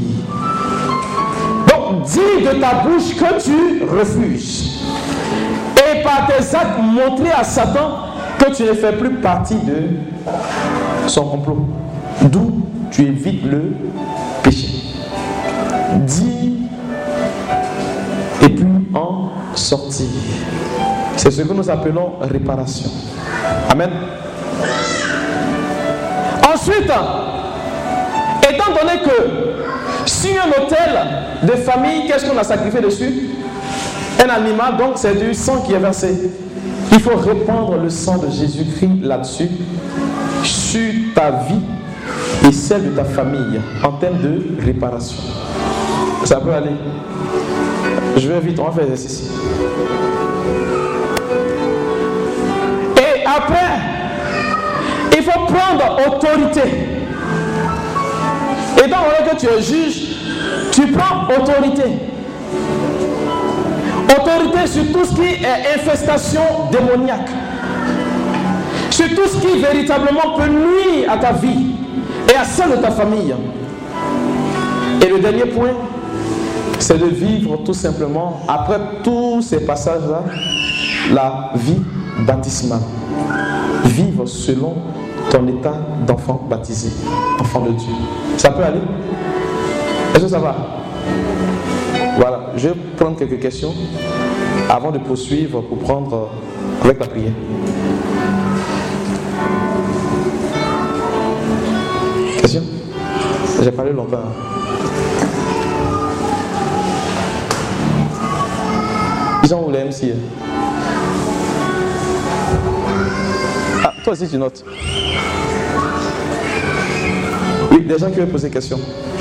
[SPEAKER 1] Donc, dis de ta bouche que tu refuses. Et par tes actes, montrer à Satan que tu ne fais plus partie de son complot. D'où tu évites le péché. Dis et puis en sortir. C'est ce que nous appelons réparation. Amen. Ensuite, étant donné que sur un autel de famille, qu'est-ce qu'on a sacrifié dessus? Un animal, donc c'est du sang qui est versé. Il faut répandre le sang de Jésus-Christ là-dessus, sur ta vie et celle de ta famille, en termes de réparation. Ça peut aller. Je vais vite, on va faire l'exercice. Et après, il faut prendre autorité. Et dans le moment que tu es juge, tu prends autorité. Autorité sur tout ce qui est infestation démoniaque. Sur tout ce qui véritablement peut nuire à ta vie et à celle de ta famille. Et le dernier point, c'est de vivre tout simplement, après tous ces passages-là, la vie baptismale. Vivre selon ton état d'enfant baptisé, enfant de Dieu. Ça peut aller? Est-ce que ça va? Voilà, je vais prendre quelques questions avant de poursuivre pour prendre avec la prière. Question? J'ai parlé longtemps. Ils ont où les M C? Ah, toi aussi tu notes. Oui, des gens qui veulent poser des questions.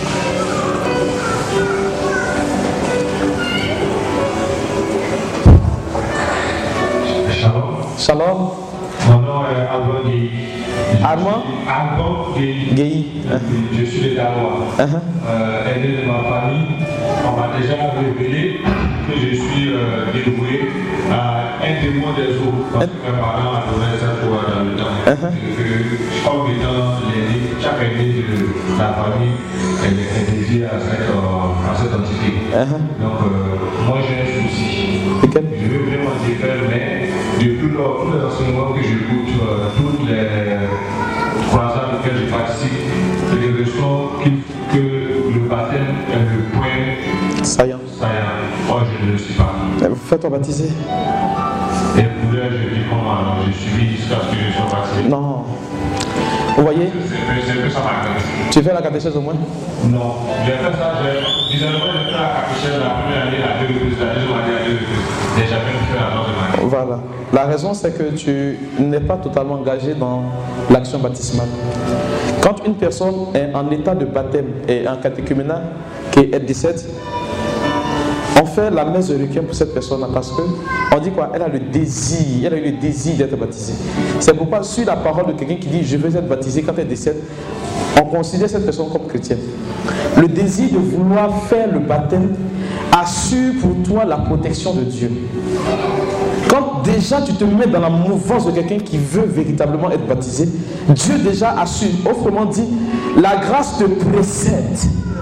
[SPEAKER 4] Shalom.
[SPEAKER 1] Shalom.
[SPEAKER 4] Mon nom est Armand Guéhi.
[SPEAKER 1] Armand
[SPEAKER 4] Armand Guéhi.
[SPEAKER 1] Guéhi.
[SPEAKER 4] Je suis de Dawa.
[SPEAKER 1] Uh-huh.
[SPEAKER 4] euh, aîné de ma famille. On m'a déjà révélé que je suis euh, dévoué à un témoin des eaux. Parce que mes parents ont donné ça pour dans le temps.
[SPEAKER 1] Uh-huh.
[SPEAKER 4] Que, comme étant l'aîné, chaque aîné de la famille elle est dédiée à cette, euh, à cette entité. Uh-huh. Donc, euh, moi j'ai un souci.
[SPEAKER 1] Okay.
[SPEAKER 4] Je veux vraiment défaire, mais depuis lors, tous les enseignements que j'écoute, euh, toutes les croisades auxquelles je participe, j'ai l'impression que le baptême est le point
[SPEAKER 1] saillant.
[SPEAKER 4] saillant. Moi, je ne le suis pas.
[SPEAKER 1] Fais-toi baptiser.
[SPEAKER 4] Et pour là, je dis comment alors, je suis jusqu'à ce que je sois baptisé.
[SPEAKER 1] Non. Vous voyez?
[SPEAKER 4] C'est un peu ça m'intéresse.
[SPEAKER 1] Tu fais la catéchèse au moins?
[SPEAKER 4] Non. J'ai fait ça, j'ai bizarrement, j'ai fait la catéchèse la première année, la deux reprises, la deuxième année, la deux reprises. J'ai jamais fait la troisième année.
[SPEAKER 1] Voilà. La raison, c'est que tu n'es pas totalement engagé dans l'action baptismale. Quand une personne est en état de baptême et en catéchuménat, qui est dix-sept, on fait la messe de requiem pour cette personne-là parce que on dit quoi? Elle a le désir, elle a eu le désir d'être baptisée. C'est pourquoi, sur la parole de quelqu'un qui dit je veux être baptisé quand elle décède, on considère cette personne comme chrétienne. Le désir de vouloir faire le baptême assure pour toi la protection de Dieu. Quand déjà tu te mets dans la mouvance de quelqu'un qui veut véritablement être baptisé, Dieu déjà assure. Autrement dit, la grâce te précède.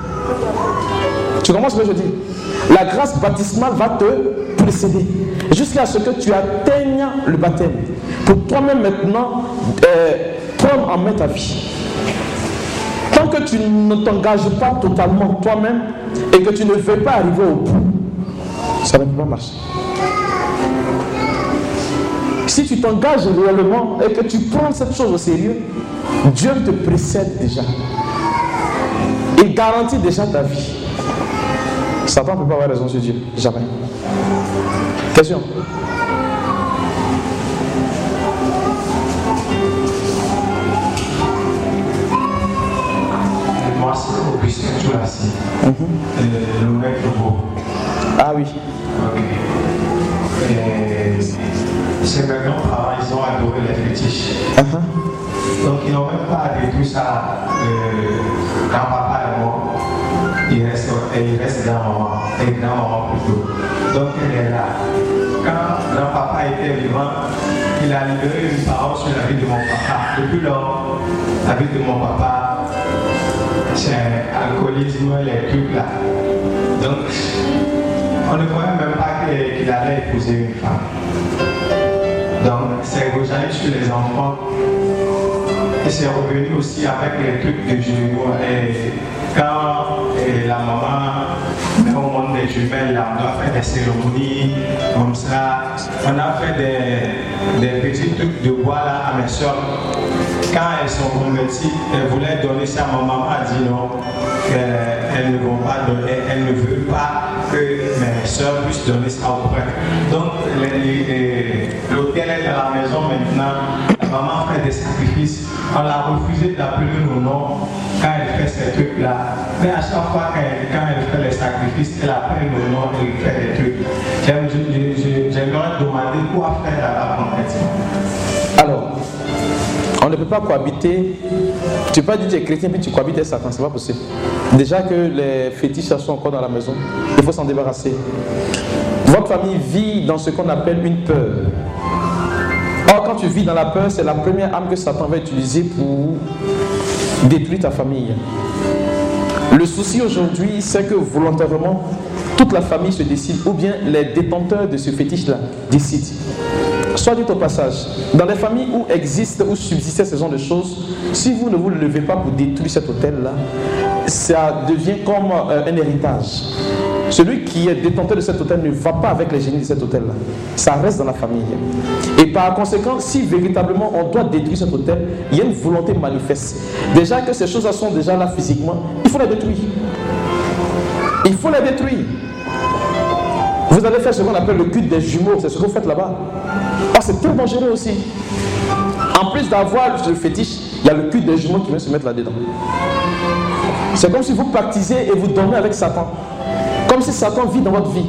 [SPEAKER 1] Tu comprends ce que je dis? La grâce baptismale va te précéder jusqu'à ce que tu atteignes le baptême. Pour toi-même maintenant, euh, prendre en main ta vie. Tant que tu ne t'engages pas totalement toi-même et que tu ne veux pas arriver au bout, ça ne peut pas marcher. Si tu t'engages réellement et que tu prends cette chose au sérieux, Dieu te précède déjà. Il garantit déjà ta vie. Satan ne peut pas avoir raison sur Dieu. Jamais. Question?
[SPEAKER 4] Moi, c'est Augustin Toulassi. Le maître beau.
[SPEAKER 1] Ah oui.
[SPEAKER 4] Ok. Et
[SPEAKER 5] chez mes grands-parents, ils ont adoré les fétiches. Uh-huh. Donc ils n'ont même pas détruit ça euh, quand papa est mort. Il reste, il reste grand-maman, et grand-maman plutôt. Donc elle est là. Quand grand-papa était vivant, il a libéré une parole sur la vie de mon papa. Depuis lors, la vie de mon papa, c'est l'alcoolisme, les trucs là. Donc, on ne croyait même pas qu'il allait épouser une femme. Donc, c'est rejailli sur les enfants. Et c'est revenu aussi avec les trucs de jumeaux. Et quand et la maman met au monde des jumelles, là, on doit faire des cérémonies comme ça. On a fait des, des petits trucs de bois là à mes soeurs. Quand elles sont converties, elles voulaient donner ça. Ma maman a dit non, qu'elles ne vont pas donner, elles ne veulent pas que mes soeurs puissent donner ça au prêtre. Donc l'hôtel est à la maison maintenant. La maman fait des sacrifices. On l'a refusé d'appeler nos noms quand elle fait ces trucs-là. Mais à chaque fois qu'elle, quand elle fait les sacrifices, elle appelle nos noms et elle fait des trucs. J'aimerais demander quoi faire là-bas concrètement.
[SPEAKER 1] Alors, on ne peut pas cohabiter. Tu ne peux pas dire que tu es chrétien puis tu cohabites avec Satan, c'est pas possible. Déjà que les fétiches sont encore dans la maison, il faut s'en débarrasser. Votre famille vit dans ce qu'on appelle une peur. Or, quand tu vis dans la peur, c'est la première arme que Satan va utiliser pour détruire ta famille. Le souci aujourd'hui, c'est que volontairement, toute la famille se décide, ou bien les détenteurs de ce fétiche-là décident. Soit dit au passage, dans les familles où existent, où subsistaient ce genre de choses, si vous ne vous levez pas pour détruire cet hôtel-là, ça devient comme euh, un héritage. Celui qui est détenteur de cet hôtel ne va pas avec les génies de cet hôtel-là. Ça reste dans la famille. Et par conséquent, si véritablement on doit détruire cet hôtel, il y a une volonté manifeste. Déjà que ces choses-là sont déjà là physiquement, il faut les détruire. Il faut les détruire. Vous allez faire ce qu'on appelle le culte des jumeaux, c'est ce que vous faites là-bas. Ah, c'est très dangereux aussi. En plus d'avoir le fétiche, il y a le culte des jumeaux qui vient se mettre là-dedans. C'est comme si vous baptisez et vous dormez avec Satan. Comme si Satan vit dans votre vie.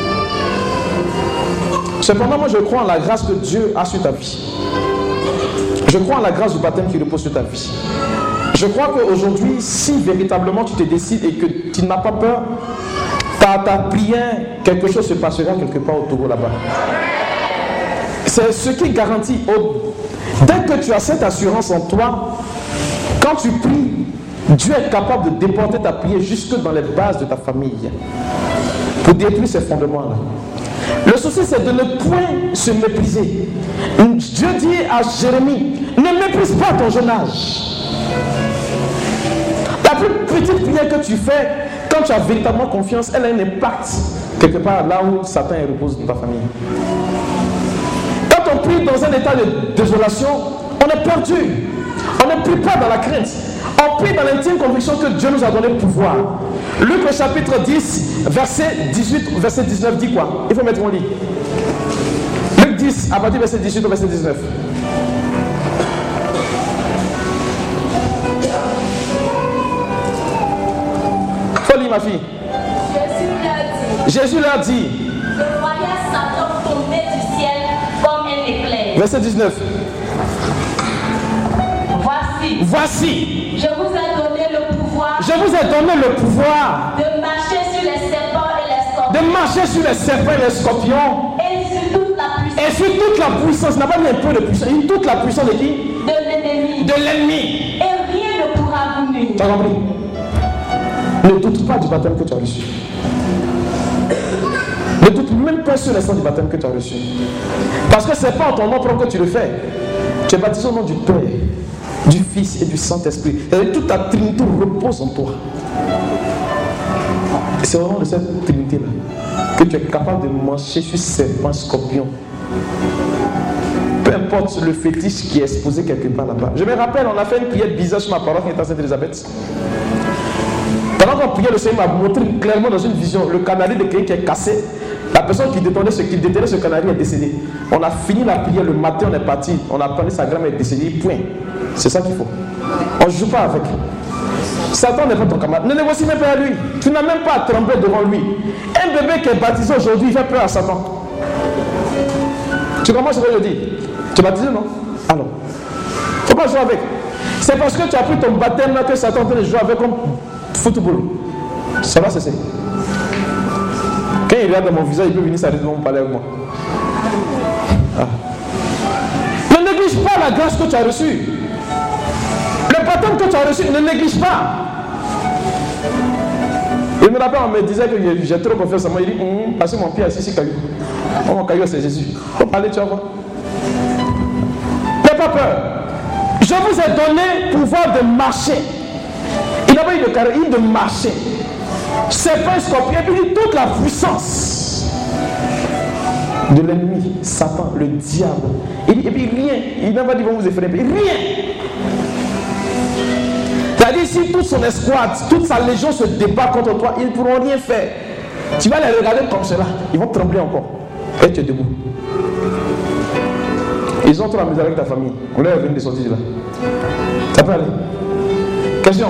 [SPEAKER 1] Cependant, moi je crois en la grâce que Dieu a sur ta vie. Je crois en la grâce du baptême qui repose sur ta vie. Je crois qu'aujourd'hui, si véritablement tu te décides et que tu n'as pas peur, par ta prière, quelque chose se passera quelque part au Togo là-bas. C'est ce qui garantit. Au... Dès que tu as cette assurance en toi, quand tu pries, Dieu est capable de déporter ta prière jusque dans les bases de ta famille pour détruire ces fondements-là. Le souci, c'est de ne point se mépriser. Dieu dit à Jérémie, ne méprise pas ton jeune âge. La plus petite prière que tu fais, quand tu as véritablement confiance, elle a un impact quelque part là où Satan repose dans ta famille. Quand on prie dans un état de désolation, on est perdu. On ne prie pas dans la crainte. On prie dans l'intime conviction que Dieu nous a donné le pouvoir. Luc au chapitre dix, verset dix-huit, verset dix-neuf dit quoi? Il faut mettre mon lit. Luc dix, à partir du verset dix-huit au verset dix-neuf. Faut lire ma fille. Jésus leur dit. Jésus leur dit.
[SPEAKER 2] Je voyais Satan tomber du ciel comme un éclair.
[SPEAKER 1] Verset dix-neuf.
[SPEAKER 2] Voici.
[SPEAKER 1] Voici.
[SPEAKER 2] Je vous ai donné le pouvoir.
[SPEAKER 1] Je vous ai donné le pouvoir.
[SPEAKER 2] De marcher sur les serpents et les scorpions.
[SPEAKER 1] De marcher sur les serpents et les scorpions.
[SPEAKER 2] Et sur toute la puissance.
[SPEAKER 1] Et sur toute la puissance. N'a pas mis un peu de puissance. Et toute la puissance de qui?
[SPEAKER 2] De l'ennemi.
[SPEAKER 1] De l'ennemi.
[SPEAKER 2] Et rien ne pourra vous nuire.
[SPEAKER 1] Tu as compris? Ne doute pas du baptême que tu as reçu. Ne doute même pas sur l'instant du baptême que tu as reçu. Parce que ce n'est pas en ton nom propre que tu le fais. Tu es baptisé au nom du Père, du Fils et du Saint-Esprit. Et toute ta Trinité repose en toi. C'est au nom de cette Trinité-là que tu es capable de marcher sur serpents, scorpions. Peu importe le fétiche qui est exposé quelque part là-bas. Je me rappelle, on a fait une prière bizarre sur ma paroisse qui était à Sainte-Élisabeth. Pendant qu'on priait, le Seigneur m'a montré clairement dans une vision le canari de quelqu'un qui est cassé. La personne qui détenait ce, qui détenait ce canari est décédée. On a fini la prière, le matin on est parti, on a pris sa gramme, elle est décédée, point. C'est ça qu'il faut. On ne joue pas avec. Satan n'est pas ton camarade. Ne négocie même pas à lui. Tu n'as même pas à trembler devant lui. Un bébé qui est baptisé aujourd'hui, il fait peur à Satan. Tu comprends ce que je dis? Tu m'as dit non? Alors, faut pas jouer avec. C'est parce que tu as pris ton baptême là que Satan peut jouer avec comme football. Ça va cesser. Quand il regarde dans mon visage, il peut venir s'arrêter devant me parler avec moi. Ah. Ne néglige pas la grâce que tu as reçue. Le baptême que tu as reçu, ne néglige pas. Il me rappelle, on me disait que j'ai trop confiance en moi. Il dit, hum, parce que mon pied est assis sur caillou. Oh, mon caillou, c'est Jésus. Faut parler, tu vas voir. N'aie pas peur. Je vous ai donné pouvoir de marcher. Il n'a pas eu de carré, il de marcher. C'est pas un scorpion, et puis toute la puissance de l'ennemi, Satan, le diable. Il dit, et puis rien, il n'a pas dit, vont vous effrayer, rien. C'est-à-dire, si toute son escouade, toute sa légion se débat contre toi, ils ne pourront rien faire. Tu vas les regarder comme cela, ils vont trembler encore. Et tu es debout. Ils ont trop amusé avec ta famille. On leur est venu de sortir de là. Ça peut aller. Question.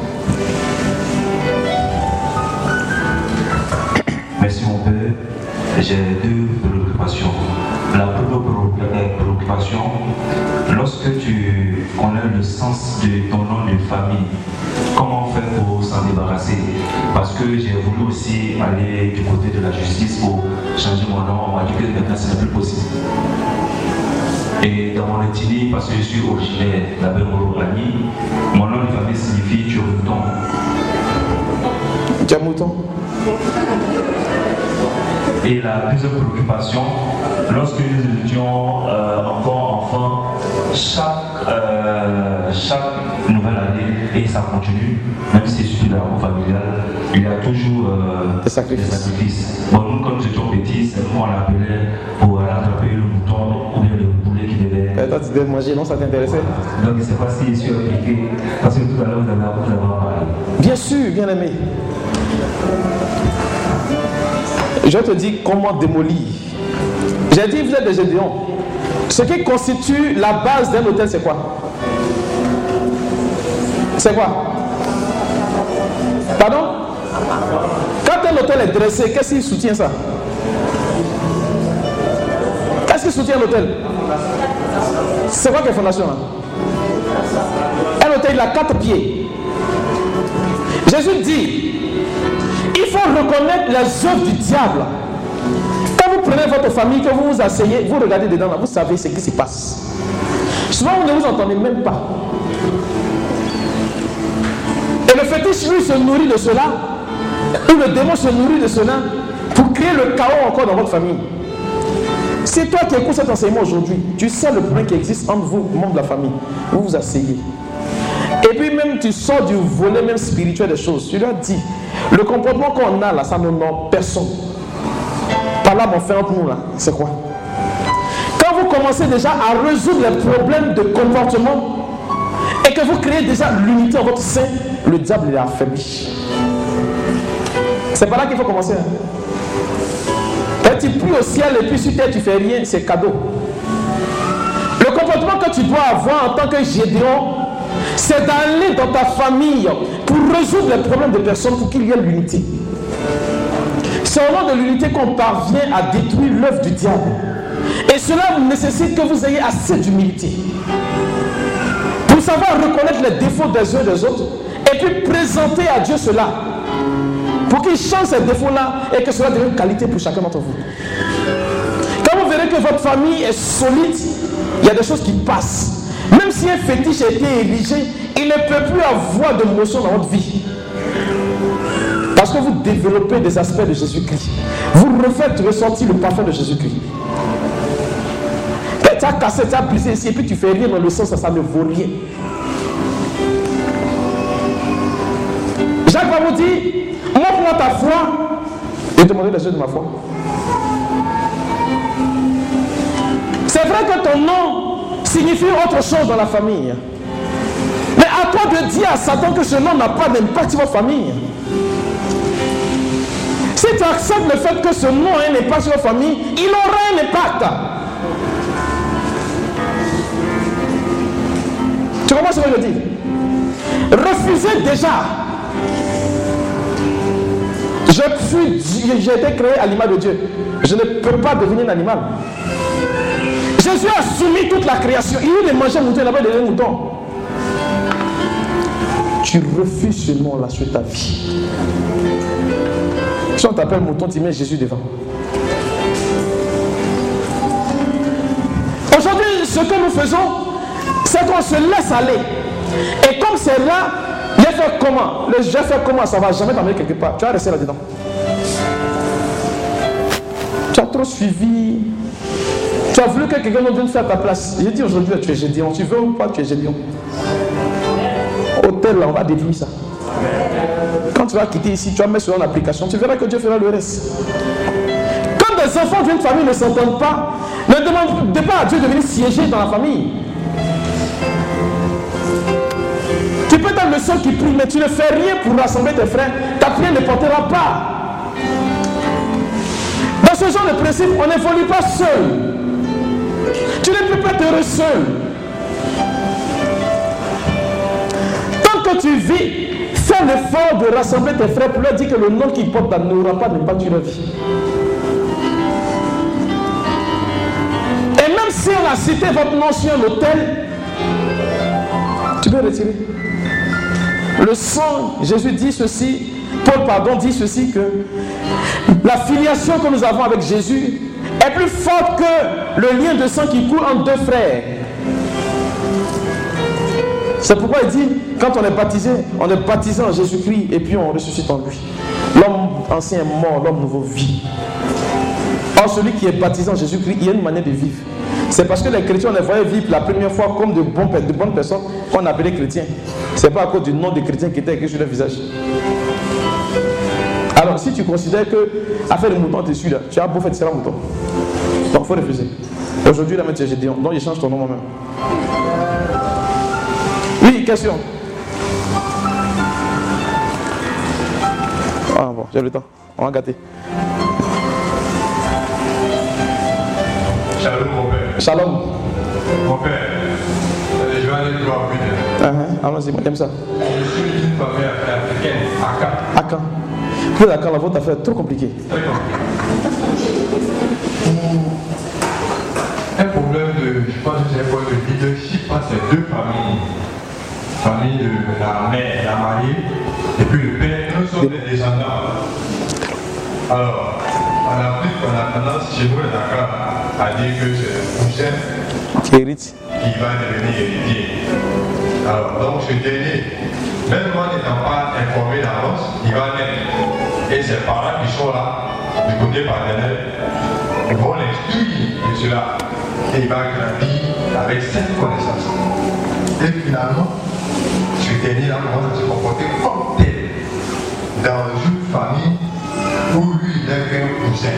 [SPEAKER 6] Merci mon père. J'ai deux préoccupations. La première préoccupation, lorsque tu connais le sens de ton nom de famille, comment faire pour s'en débarrasser? Parce que j'ai voulu aussi aller du côté de la justice pour changer mon nom. On m'a dit que maintenant ce n'est plus possible. Et dans mon ethnie, parce que je suis originaire d'Abemoro-Ani, mon nom de famille signifie Tchourouton.
[SPEAKER 1] Tchourouton.
[SPEAKER 6] Et la deuxième préoccupation, lorsque nous étions euh, encore enfants, chaque, euh, chaque nouvelle année, et ça continue, même si je suis dans la cour familiale, il y a toujours euh, des, sacrifices. des sacrifices. Bon, nous, comme nous étions petits, c'est nous on l'appelait pour attraper le mouton ou bien le poulet qui devait.
[SPEAKER 1] Et toi, tu devais manger, non? Ça t'intéressait?
[SPEAKER 6] Donc, je ne sais pas si je suis impliqué, parce que tout à l'heure, vous avez parlé.
[SPEAKER 1] Bien sûr, bien aimé. Je te dis comment démolir. J'ai dit, vous êtes des Gédéons. Ce qui constitue la base d'un hôtel, c'est quoi? C'est quoi? Pardon? Quand un hôtel est dressé, qu'est-ce qui soutient ça? Qu'est-ce qui soutient l'hôtel? C'est quoi quelle fondation là? Un hôtel, il a quatre pieds. Jésus dit, il faut reconnaître les œuvres du diable. Quand vous prenez votre famille, que vous vous asseyez, vous regardez dedans, là, vous savez ce qui se passe. Souvent, vous ne vous entendez même pas. Et le fétiche, lui, se nourrit de cela, ou le démon se nourrit de cela, pour créer le chaos encore dans votre famille. C'est toi qui écoutes cet enseignement aujourd'hui. Tu sais le problème qui existe entre vous, membres de la famille. Vous vous asseyez. Et puis même, tu sors du volet même spirituel des choses. Tu leur dis, le comportement qu'on a là, ça ne n'en personne. Par là, mon frère, entre nous là, c'est quoi? Quand vous commencez déjà à résoudre les problèmes de comportement et que vous créez déjà l'unité en votre sein, le diable il est affaibli. C'est par là qu'il faut commencer. Hein? Quand tu pries au ciel et puis sur terre tu fais rien, c'est cadeau. Le comportement que tu dois avoir en tant que Gédéon, c'est d'aller dans ta famille pour résoudre les problèmes de personnes pour qu'il y ait l'unité. C'est au nom de l'unité qu'on parvient à détruire l'œuvre du diable. Et cela nécessite que vous ayez assez d'humilité pour savoir reconnaître les défauts des uns et des autres et puis présenter à Dieu cela pour qu'il change ces défauts-là et que cela devienne qualité pour chacun d'entre vous. Quand vous verrez que votre famille est solide, il y a des choses qui passent. Même si un fétiche a été érigé, il ne peut plus avoir de motion dans votre vie. Parce que vous développez des aspects de Jésus-Christ. Vous refaites ressentir le parfum de Jésus-Christ. Tu as cassé, tu as brisé ici et puis tu fais rien dans le sens, ça, ça ne vaut rien. Jacques va vous dire, montre-moi ta foi et demandez les yeux de ma foi. C'est vrai que ton nom signifie autre chose dans la famille. Mais à toi de dire à Satan que ce nom n'a pas d'impact sur votre famille. Si tu acceptes le fait que ce nom a un impact sur votre famille, il aura un impact. Tu comprends ce que je dis? Refusez déjà. Je suis, j'ai été créé à l'image de Dieu. Je ne peux pas devenir un animal. Jésus a soumis toute la création. Il est mangé mouton, là-bas derrière mouton. Tu refuses ce nom-là sur ta vie. Si on t'appelle mouton, tu mets Jésus devant. Aujourd'hui, ce que nous faisons, c'est qu'on se laisse aller. Et comme c'est là, j'ai fait comment? Le j'ai fait comment? Ça ne va jamais t'amener quelque part. Tu vas rester là-dedans. Tu as trop suivi. Tu as voulu que quelqu'un d'autre vienne faire ta place. J'ai dit aujourd'hui, tu es Gédéon. Tu veux ou pas, tu es Gédéon. Hôtel, là, on va détruire ça. Quand tu vas quitter ici, tu vas mettre sur une application. Tu verras que Dieu fera le reste. Quand des enfants d'une famille ne s'entendent pas, ne demande pas à Dieu de venir siéger dans la famille. Tu peux être le seul qui prie, mais tu ne fais rien pour rassembler tes frères. Ta prière ne portera pas. Dans ce genre de principe, on n'évolue pas seul. Tu ne peux pas être seul. Tant que tu vis, fais l'effort de rassembler tes frères pour leur dire que le nom qu'ils portent n'aura pas d'impact sur leur vie. Et même si on a cité votre nom sur l'autel, tu peux retirer. Le sang, Jésus dit ceci, Paul pardon dit ceci, que la filiation que nous avons avec Jésus est plus forte que le lien de sang qui coule entre deux frères. C'est pourquoi il dit, quand on est baptisé, on est baptisé en Jésus-Christ et puis on ressuscite en lui. L'homme ancien est mort, l'homme nouveau vit. Or, celui qui est baptisé en Jésus-Christ, il y a une manière de vivre. C'est parce que les chrétiens, on les voyait vivre la première fois comme de, bons, de bonnes personnes qu'on appelait chrétiens. Ce n'est pas à cause du nom des chrétiens qui était écrit sur leur visage. Alors, si tu considères que affaire de mouton, tu es celui-là, tu as beau faire, tu seras mouton. Donc, il faut refuser. Aujourd'hui, là, tu es Gédéon. Donc, je change ton nom moi-même. Oui, question. Ah bon, j'ai le temps. On va gâter.
[SPEAKER 4] Shalom, mon père.
[SPEAKER 1] Shalom.
[SPEAKER 4] Mon père, je vais aller droit au but.
[SPEAKER 1] Uh-huh. Allons-y, moi j'aime ça.
[SPEAKER 4] Je suis d'une famille africaine, Aka.
[SPEAKER 1] Aka. Pour Aka, la vôtre affaire est trop compliquée.
[SPEAKER 4] Très compliqué. Un problème de, je pense que c'est un problème de leadership entre ces deux familles. Famille de la mère, la mariée, et puis le père, nous sommes des descendants. Alors, en Afrique, on a tendance, chez nous, les Dakar, à dire que c'est le cousin
[SPEAKER 1] qui hérite,
[SPEAKER 4] qui va devenir héritier. Alors, donc ce dernier, même en n'étant pas informé d'avance, il va naître. Et ses parents qui sont là, du côté paternel, vont l'instruire de cela. Et il va grandir avec cette connaissance. Et finalement, ce dernier-là commence à se comporter comme tel dans une famille où lui, il est qu'un cousin.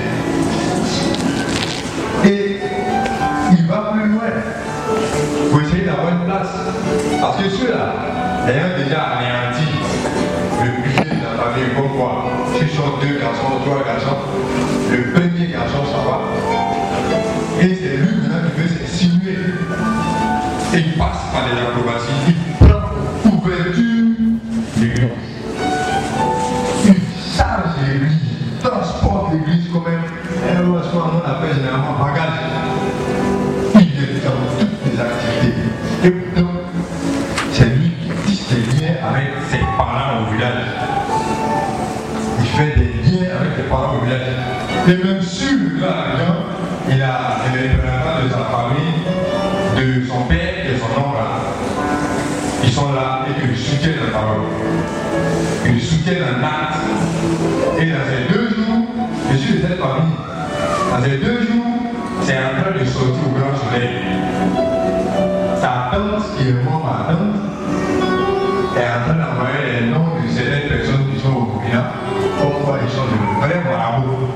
[SPEAKER 4] Et il va plus loin pour essayer d'avoir une place. Parce que ceux-là, ayant déjà anéanti le budget de la famille comme moi, si ce sont deux garçons, trois garçons, le premier garçon, ça va. Et c'est lui maintenant qui veut s'insinuer. Et il passe par les acrobaties, il prend ouverture l'église. Il charge l'église, il transporte l'église comme un, ce qu'on appelle généralement bagage. Il est dans toutes les activités. Et pourtant, c'est lui qui tisse des liens avec ses parents au village. Il fait des liens avec ses parents au village. Et même sur le grand argent, il a les représentants de sa famille, de son père et de son oncle. Ils sont là et ils soutiennent la parole. Ils soutiennent un acte. Et dans ces deux jours, je suis de cette famille. Dans ces deux jours, c'est en train de sortir au grand soleil. Sa tante, qui est mort ma tante, est en train d'envoyer les noms de certaines personnes qui sont au Burkina, comme quoi ils sont de vrais marabouts.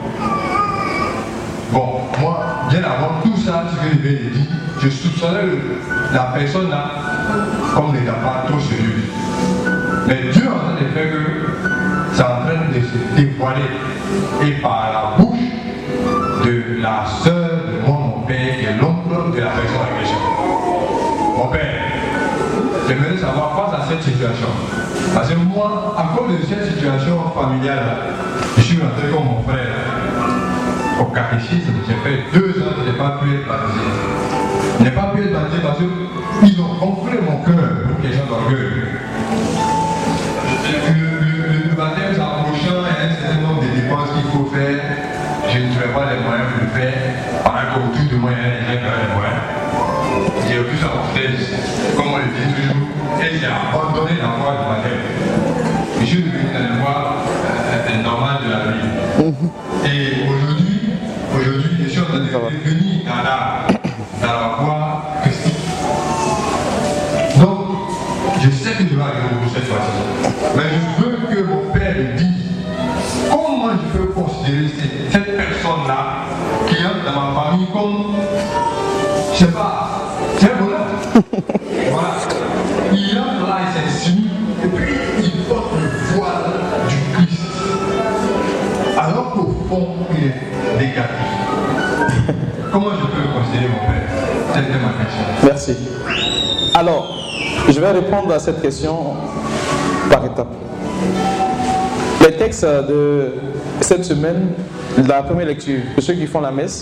[SPEAKER 4] Bon, moi, bien avant tout ça, ce que je viens de dire, je soupçonnais la personne là comme n'étant pas trop sérieux. Mais Dieu est en train de faire que c'est en train de se dévoiler. Et par la bouche de la sœur de moi, mon père, qui est l'oncle de la personne en question. Mon père, j'aimerais savoir face à cette situation. Parce que moi, à cause de cette situation familiale, je suis rentré comme mon frère au catéchisme. J'ai fait deux ans que je n'ai pas pu être baptisé.
[SPEAKER 7] n'ai pas pu être baptisé parce qu'ils ont gonflé mon cœur pour question d'orgueil. Le, le, le baptême s'approchant, il y a un certain nombre de dépenses qu'il faut faire. Je ne trouvais pas les moyens de le faire. Pendant qu'autour de moi, il y a des gens qui ont les moyens. J'ai plus à thèse, comme on le dit toujours, et j'ai abandonné la voie du baptême. Je suis devenu dans la voie euh, normale de la vie. Et aujourd'hui, aujourd'hui, je suis en train de revenir dans la, dans la voie christique. Donc, je sais que je vais arriver au bout cette fois-ci. Mais je veux que mon père me dise comment je peux considérer cette, cette personne-là qui entre dans ma famille comme, je sais pas, c'est un bonheur. Voilà. Il entre là, il s'insinue, et puis il porte le voile du Christ. Alors qu'au fond, il est négatif. Comment je peux le considérer mon père? C'était ma question.
[SPEAKER 1] Merci. Alors, je vais répondre à cette question par étapes. Les textes de cette semaine, de la première lecture, pour ceux qui font la messe,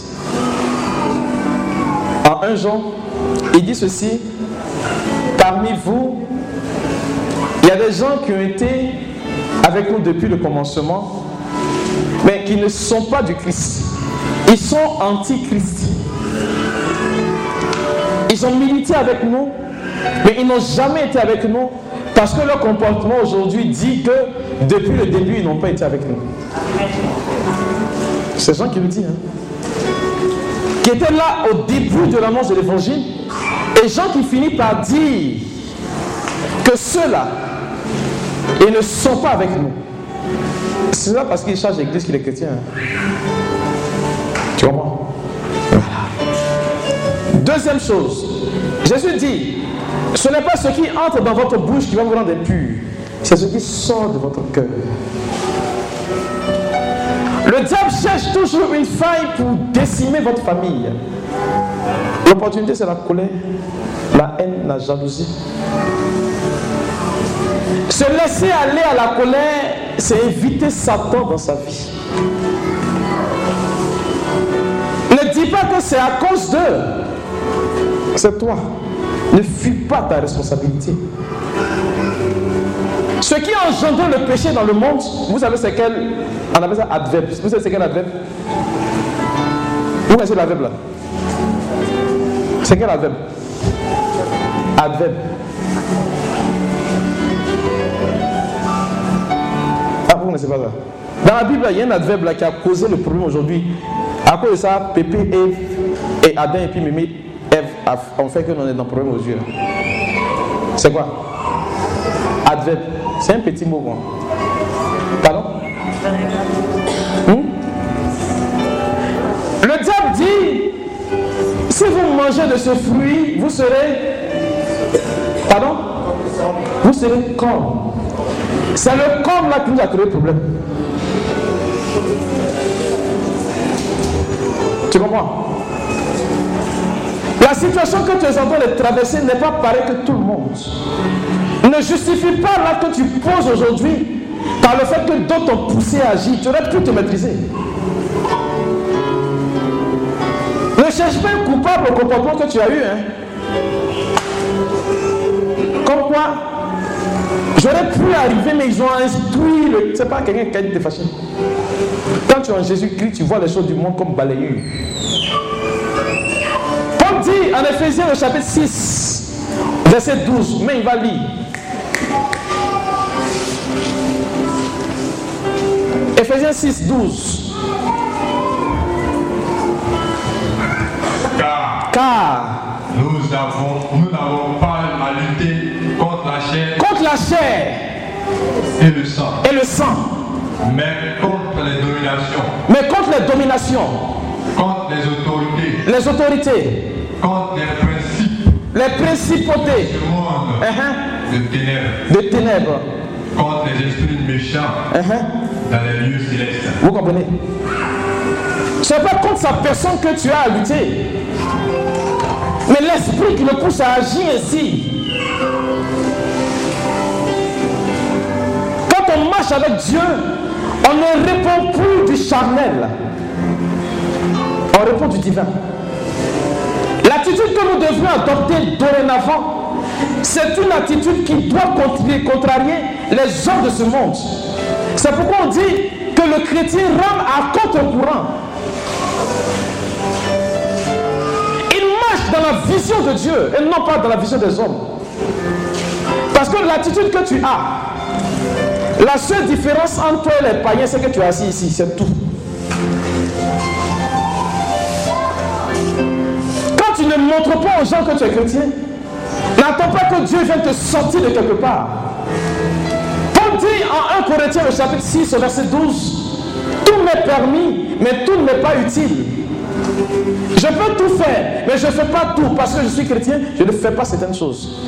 [SPEAKER 1] en un Jean, il dit ceci: parmi vous, il y a des gens qui ont été avec nous depuis le commencement, mais qui ne sont pas du Christ. Ils sont anti-Christ. Ils ont milité avec nous, mais ils n'ont jamais été avec nous parce que leur comportement aujourd'hui dit que depuis le début, ils n'ont pas été avec nous. C'est Jean qui le dit. Hein. Qui était là au début de l'annonce de l'évangile. Et Jean qui finit par dire que ceux-là, ils ne sont pas avec nous. C'est ça parce qu'ils chargent l'église qu'il est chrétien. Tu comprends? Voilà. Deuxième chose, Jésus dit, ce n'est pas ce qui entre dans votre bouche qui va vous rendre impur, c'est ce qui sort de votre cœur. Le diable cherche toujours une faille pour décimer votre famille. L'opportunité, c'est la colère, la haine, la jalousie. Se laisser aller à la colère, c'est éviter Satan dans sa vie. Ne dis pas que c'est à cause d'eux. C'est toi. Ne fuis pas ta responsabilité. Ce qui a engendré le péché dans le monde, vous savez c'est quel, on appelle ça adverbe. Vous savez c'est quel adverbe? Vous connaissez l'adverbe là? C'est quel adverbe? Adverbe. Ah, vous ne connaissez pas ça? Dans la Bible, il y a un adverbe là qui a causé le problème aujourd'hui. À cause de ça, Pépé, Ève et Adam et puis Mémé, Ève ont fait que l'on est dans le problème aux yeux. C'est quoi? Adverbe. C'est un petit mot, quoi. Pardon? Hmm? Le diable dit, si vous mangez de ce fruit, vous serez... Pardon? Vous serez comme. C'est le comme là qui nous a créé le problème. Tu comprends? La situation que tu es en train de traverser n'est pas pareille que tout le monde. Ne justifie pas l'acte que tu poses aujourd'hui par le fait que d'autres t'ont poussé à agir. Tu aurais pu te maîtriser. Ne cherche pas un coupable au comportement que tu as eu. Hein. Comme quoi, j'aurais pu arriver, mais ils ont instruit le... C'est pas quelqu'un qui a été fâché. Quand tu es en Jésus-Christ, tu vois les choses du monde comme balayées. Paul dit en Éphésiens, le chapitre six, verset douze, mais il va lire. Éphésiens six, douze.
[SPEAKER 7] Car,
[SPEAKER 1] Car
[SPEAKER 7] nous avons, nous n'avons pas à lutter contre la chair,
[SPEAKER 1] contre la chair
[SPEAKER 7] et le sang,
[SPEAKER 1] et le sang,
[SPEAKER 7] mais contre les dominations,
[SPEAKER 1] mais contre les dominations,
[SPEAKER 7] contre les autorités,
[SPEAKER 1] les autorités,
[SPEAKER 7] contre les principes,
[SPEAKER 1] les principautés
[SPEAKER 7] du monde
[SPEAKER 1] uh-huh,
[SPEAKER 7] de ténèbres,
[SPEAKER 1] de ténèbres,
[SPEAKER 7] contre les esprits méchants
[SPEAKER 1] uh-huh.
[SPEAKER 7] dans les lieux célestes.
[SPEAKER 1] Vous comprenez? Ce n'est pas contre sa personne que tu as à lutter, mais l'esprit qui le pousse à agir ainsi. Quand on marche avec Dieu, on ne répond plus du charnel, on répond du divin. La L'attitude que nous devons adopter dorénavant, c'est une attitude qui doit contrarier les hommes de ce monde. C'est pourquoi on dit que le chrétien rame à contre-courant. Il marche dans la vision de Dieu et non pas dans la vision des hommes. Parce que l'attitude que tu as, la seule différence entre toi et les païens, c'est que tu es assis ici, c'est tout. Quand tu ne montres pas aux gens que tu es chrétien, n'attends pas que Dieu vienne te sortir de quelque part. Paul dit en premier Corinthiens, le chapitre six, au verset douze, tout m'est permis, mais tout n'est pas utile. Je peux tout faire, mais je ne fais pas tout. Parce que je suis chrétien, je ne fais pas certaines choses.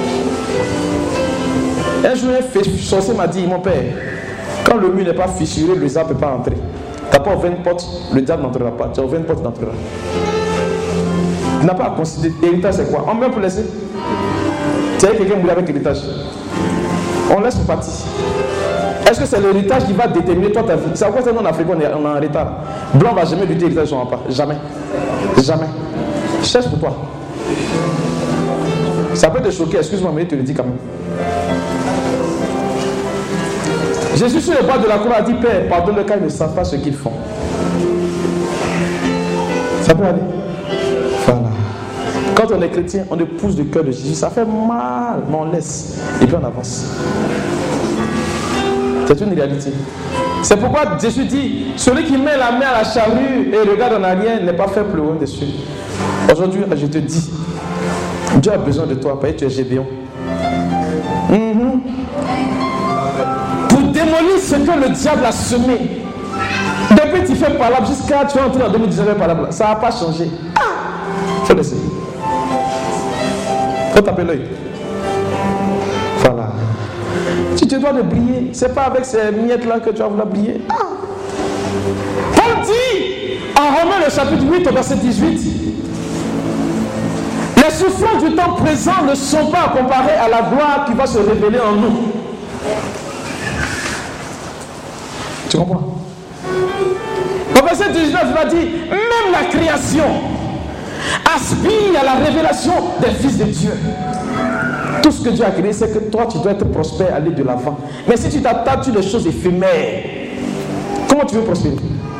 [SPEAKER 1] Un jour, un sorcier m'a dit, mon père, quand le mur n'est pas fissuré, le diable ne peut pas entrer. Tu n'as pas ouvert une porte, le diable n'entrera pas. Tu as ouvert une porte, il entrera. Tu n'as pas à considérer. L'héritage, c'est quoi? On met pour laisser. Tu as quelqu'un mourir avec l'héritage. On laisse pour partir. Est-ce que c'est l'héritage qui va déterminer toi ta vie? C'est pourquoi nous en Afrique, on est en retard. Blanc ne va jamais lutter l'héritage sur un pas. Jamais. Jamais. Cherche pour toi. Ça peut te choquer, excuse-moi, mais je te le dis quand même. Jésus sur le bas de la croix a dit, Père, pardonne-le car ils ne savent pas ce qu'ils font. Ça peut aller. Voilà. Quand on est chrétien, on épouse le cœur de Jésus. Ça fait mal, mais on laisse. Et puis on avance. C'est une réalité. C'est pourquoi Jésus dit, celui qui met la main à la charrue et regarde en arrière n'est pas fait pleurer dessus. Aujourd'hui, je te dis, Dieu a besoin de toi, parce que tu es Gédéon. Mm-hmm. Pour démolir ce que le diable a semé. Depuis que tu fais palabre jusqu'à tu es entré en deux mille dix-neuf palabre, ça n'a pas changé. Ah, faut laisser. Faut taper l'œil. Voilà. Si tu dois le briller, c'est pas avec ces miettes-là que tu vas vouloir briller. Ah. Paul dit, en Romains le chapitre huit au verset dix-huit, les souffrances du temps présent ne sont pas comparées à la gloire qui va se révéler en nous. Tu comprends? Au verset dix-neuf, il va dire, même la création aspire à la révélation des fils de Dieu. Tout ce que Dieu a créé, c'est que toi, tu dois être prospère, aller de l'avant. Mais si tu t'attaques sur des choses éphémères, comment tu veux prospérer?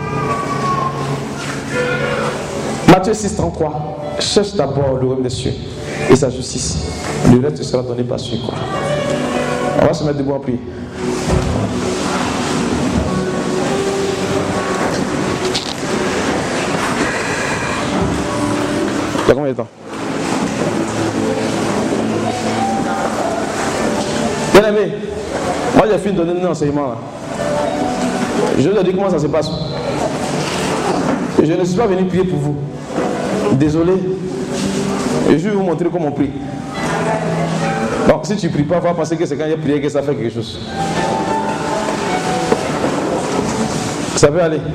[SPEAKER 1] Matthieu six, trente-trois. Cherche d'abord le royaume des cieux et sa justice. Le reste sera donné par suite. On va se mettre debout en prière. Il y a combien de temps? Bien aimé, moi j'ai fini de donner un enseignement là. Je vous ai dit comment ça se passe. Je ne suis pas venu prier pour vous. Désolé. Et je vais vous montrer comment on prie. Donc si tu ne pries pas, il faut penser que c'est quand il y a prié que ça fait quelque chose. Ça peut aller.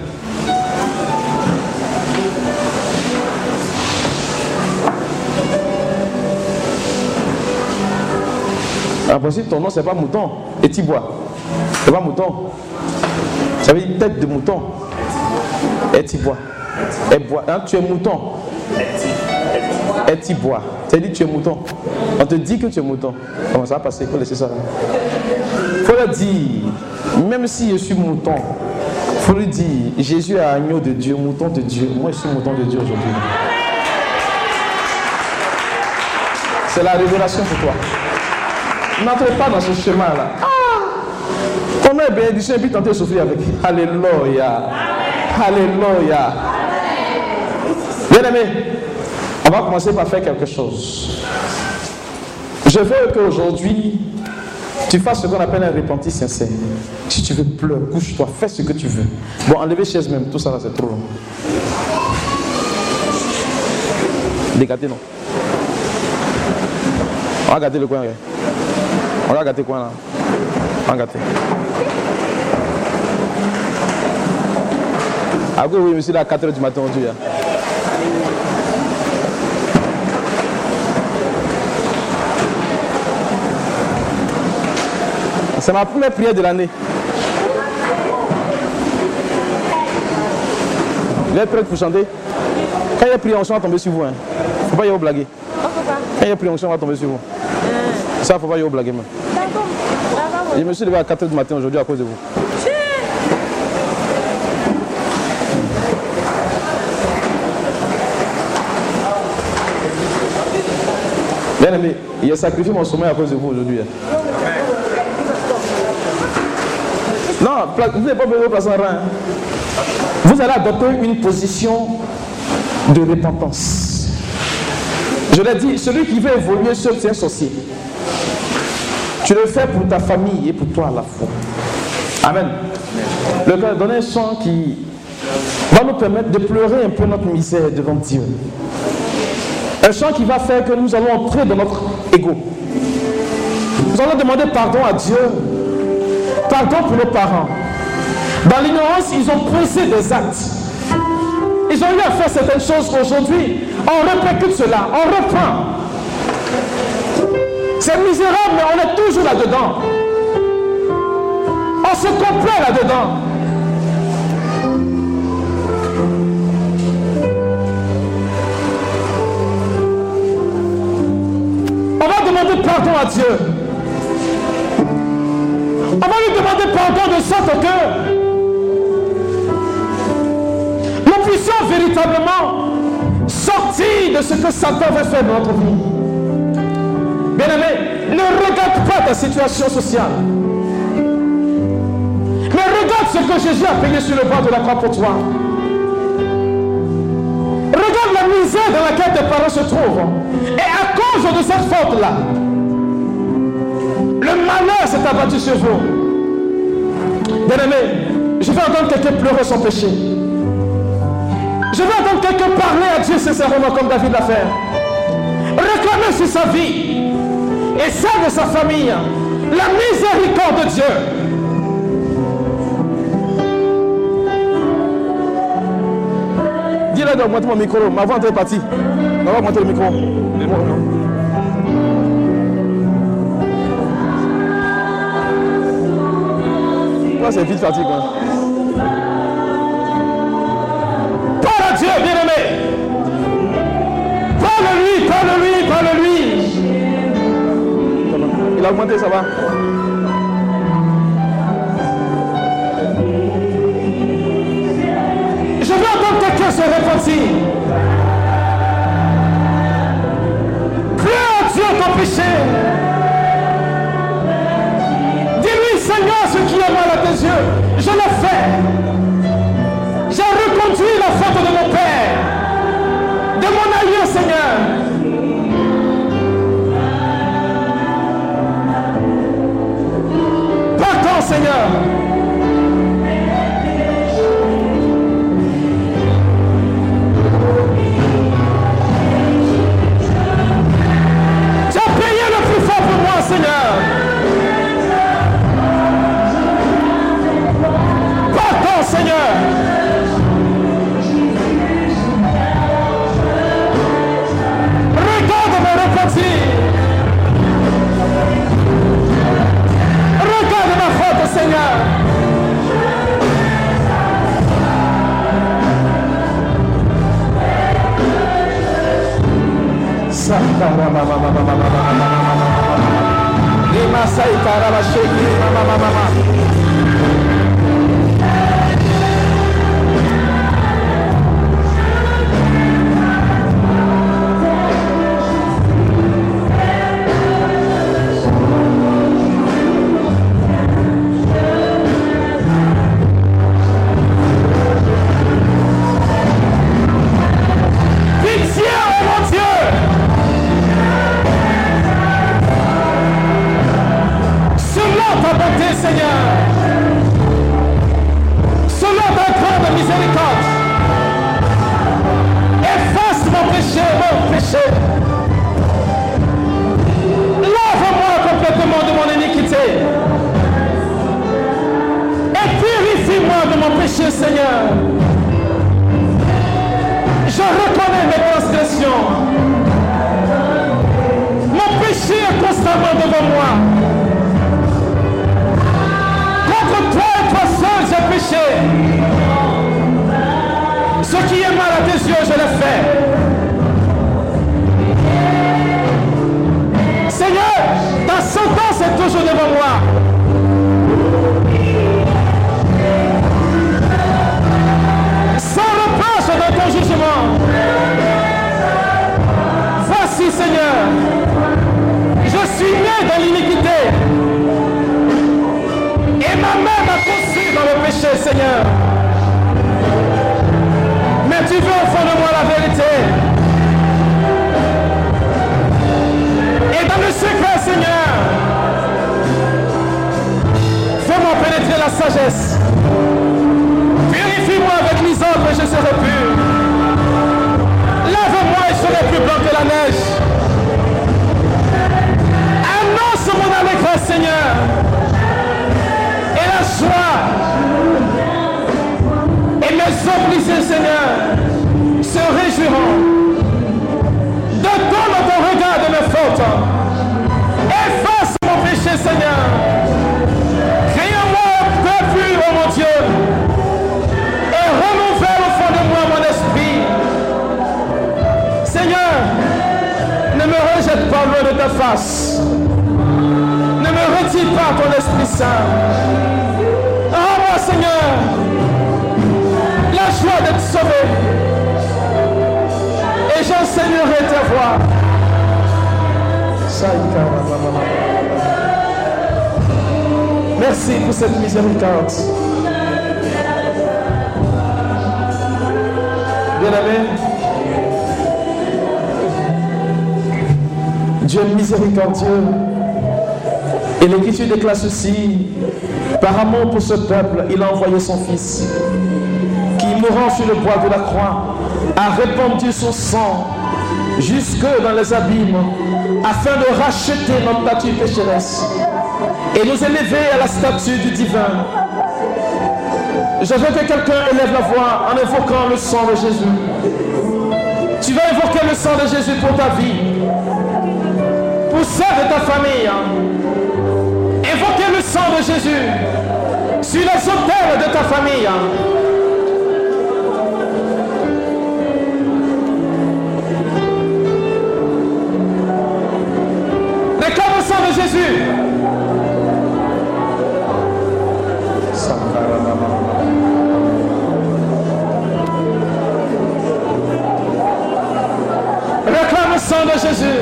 [SPEAKER 1] En principe, ton nom, c'est pas mouton. Et tu bois. C'est pas mouton. Ça veut dire tête de mouton. Et tu bois. Et bois. Hein, tu es mouton. Et tu bois. Ça veut dire tu es mouton. On te dit que tu es mouton. Comment ça va passer? Il faut laisser ça. Il faut le dire. Même si je suis mouton, il faut le dire. Jésus est agneau de Dieu, mouton de Dieu. Moi, je suis mouton de Dieu aujourd'hui. C'est la révélation pour toi. N'entrez pas dans ce chemin-là. Ah! On est bénédiction et puis tenter de souffrir avec. Alléluia. Alléluia. Bien aimé, on va commencer par faire quelque chose. Je veux qu'aujourd'hui, tu fasses ce qu'on appelle un repenti sincère. Si tu veux pleurer, couche-toi, fais ce que tu veux. Bon, enlevez chaise même, tout ça là, c'est trop long. Dégâtez, non. On va gâter le coin, regarde. On va gâter quoi là? On va gâter. Ah oui, monsieur, à quatre heures du matin aujourd'hui. C'est ma première prière de l'année. Vous êtes prêts pour chanter? Quand il y a prié, on chante tomber sur vous. Hein. Faut pas y avoir blaguer. Quand il y a plus d'onction, on va tomber sur vous. Ça, faut pas y avoir blaguer. Je me suis levé à quatre heures du matin aujourd'hui à cause de vous. Bien aimé, il a sacrifié mon sommeil à cause de vous aujourd'hui. Non, vous n'avez pas besoin de placer un rein. Vous allez adopter une position de repentance. Je l'ai dit, celui qui veut évoluer seul, c'est un sorcier. Tu le fais pour ta famille et pour toi à la fois. Amen. Le Père donne un chant qui va nous permettre de pleurer un peu notre misère devant Dieu. Un chant qui va faire que nous allons entrer dans notre ego. Nous allons demander pardon à Dieu. Pardon pour nos parents. Dans l'ignorance, ils ont posé des actes. Ils ont eu à faire certaines choses aujourd'hui. On répercute cela, on reprend. C'est misérable, mais on est toujours là-dedans. On se complaît là-dedans. On va demander pardon à Dieu. On va lui demander pardon de sorte que nous puissions véritablement sortir de ce que Satan veut faire dans notre vie. Bien-aimé, ne regarde pas ta situation sociale. Mais regarde ce que Jésus a payé sur le bord de la croix pour toi. Regarde la misère dans laquelle tes parents se trouvent. Et à cause de cette faute-là, le malheur s'est abattu sur vous. Bien-aimé, je vais entendre quelqu'un pleurer son péché. Je vais entendre quelqu'un parler à Dieu sincèrement comme David l'a fait. Réclamer sur sa vie et celle de sa famille la miséricorde de Dieu. Dis-le d'augmenter mon micro. Ma voix est partie. On va augmenter le micro. Moi, c'est vite fatigué. Parle à Dieu, bien-aimé. Parle-lui, parle-lui, parle-lui. Il a augmenté, ça va. Je veux entendre quelqu'un se repentir. Plains à Dieu ton péché. Dis-lui, Seigneur, ce qui est mal à tes yeux, je l'ai fait. J'ai reconduit la faute de mon père, de mon aïeux, Seigneur. Pardon, Seigneur. Tu as payé le plus fort pour moi, Seigneur. Pardon, Seigneur. Regarde mon repentir. Regarde ma faute, Seigneur. Sakara mama mama mama mama mama. Lima saikara la sheki mama mama mama. Seigneur, selon ta grande miséricorde, efface mon péché, mon péché. Lave-moi complètement de mon iniquité et purifie-moi de mon péché, Seigneur. Je reconnais mes transgressions. Mon péché est constamment devant moi. Toi et toi seul, j'ai péché. Ce qui est mal à tes yeux, je l'ai fait. sentence est toujours devant moi. Sans reproche dans ton jugement. Voici, Seigneur, je suis né dans l'iniquité. Et ma mère m'a conçu dans le péché, Seigneur. Mais tu veux au fond de moi la vérité. Et dans le secret, Seigneur, fais-moi pénétrer la sagesse. Purifie-moi avec l'hysope et je serai pur. Lave-moi et je serai plus blanc que la neige. Annonce mon allégresse, Seigneur. Et la joie. Et mes obligés, Seigneur, se réjouiront. Donne-moi ton regard de mes fautes. Efface mon péché, Seigneur. Crée-moi un peu pur, oh mon Dieu. Et renouvelle au fond de moi mon esprit. Seigneur, ne me rejette pas loin de ta face. Ne me retire pas ton Esprit Saint. Rends-moi, Seigneur, la joie d'être sauvé. Et j'enseignerai ta voix. Merci pour cette miséricorde. Bien-aimé, Dieu est miséricordieux. Et l'Écriture déclare ceci: par amour pour ce peuple, il a envoyé son Fils, qui mourant sur le bois de la croix, a répandu son sang jusque dans les abîmes, afin de racheter notre nature pécheresse et nous élever à la statue du divin. Je veux que quelqu'un élève la voix en invoquant le sang de Jésus. Tu vas invoquer le sang de Jésus pour ta vie, pour celle de ta famille. Invoquez le sang de Jésus sur les autels de ta famille. Réclame le sang de Jésus. Réclame le sang de Jésus.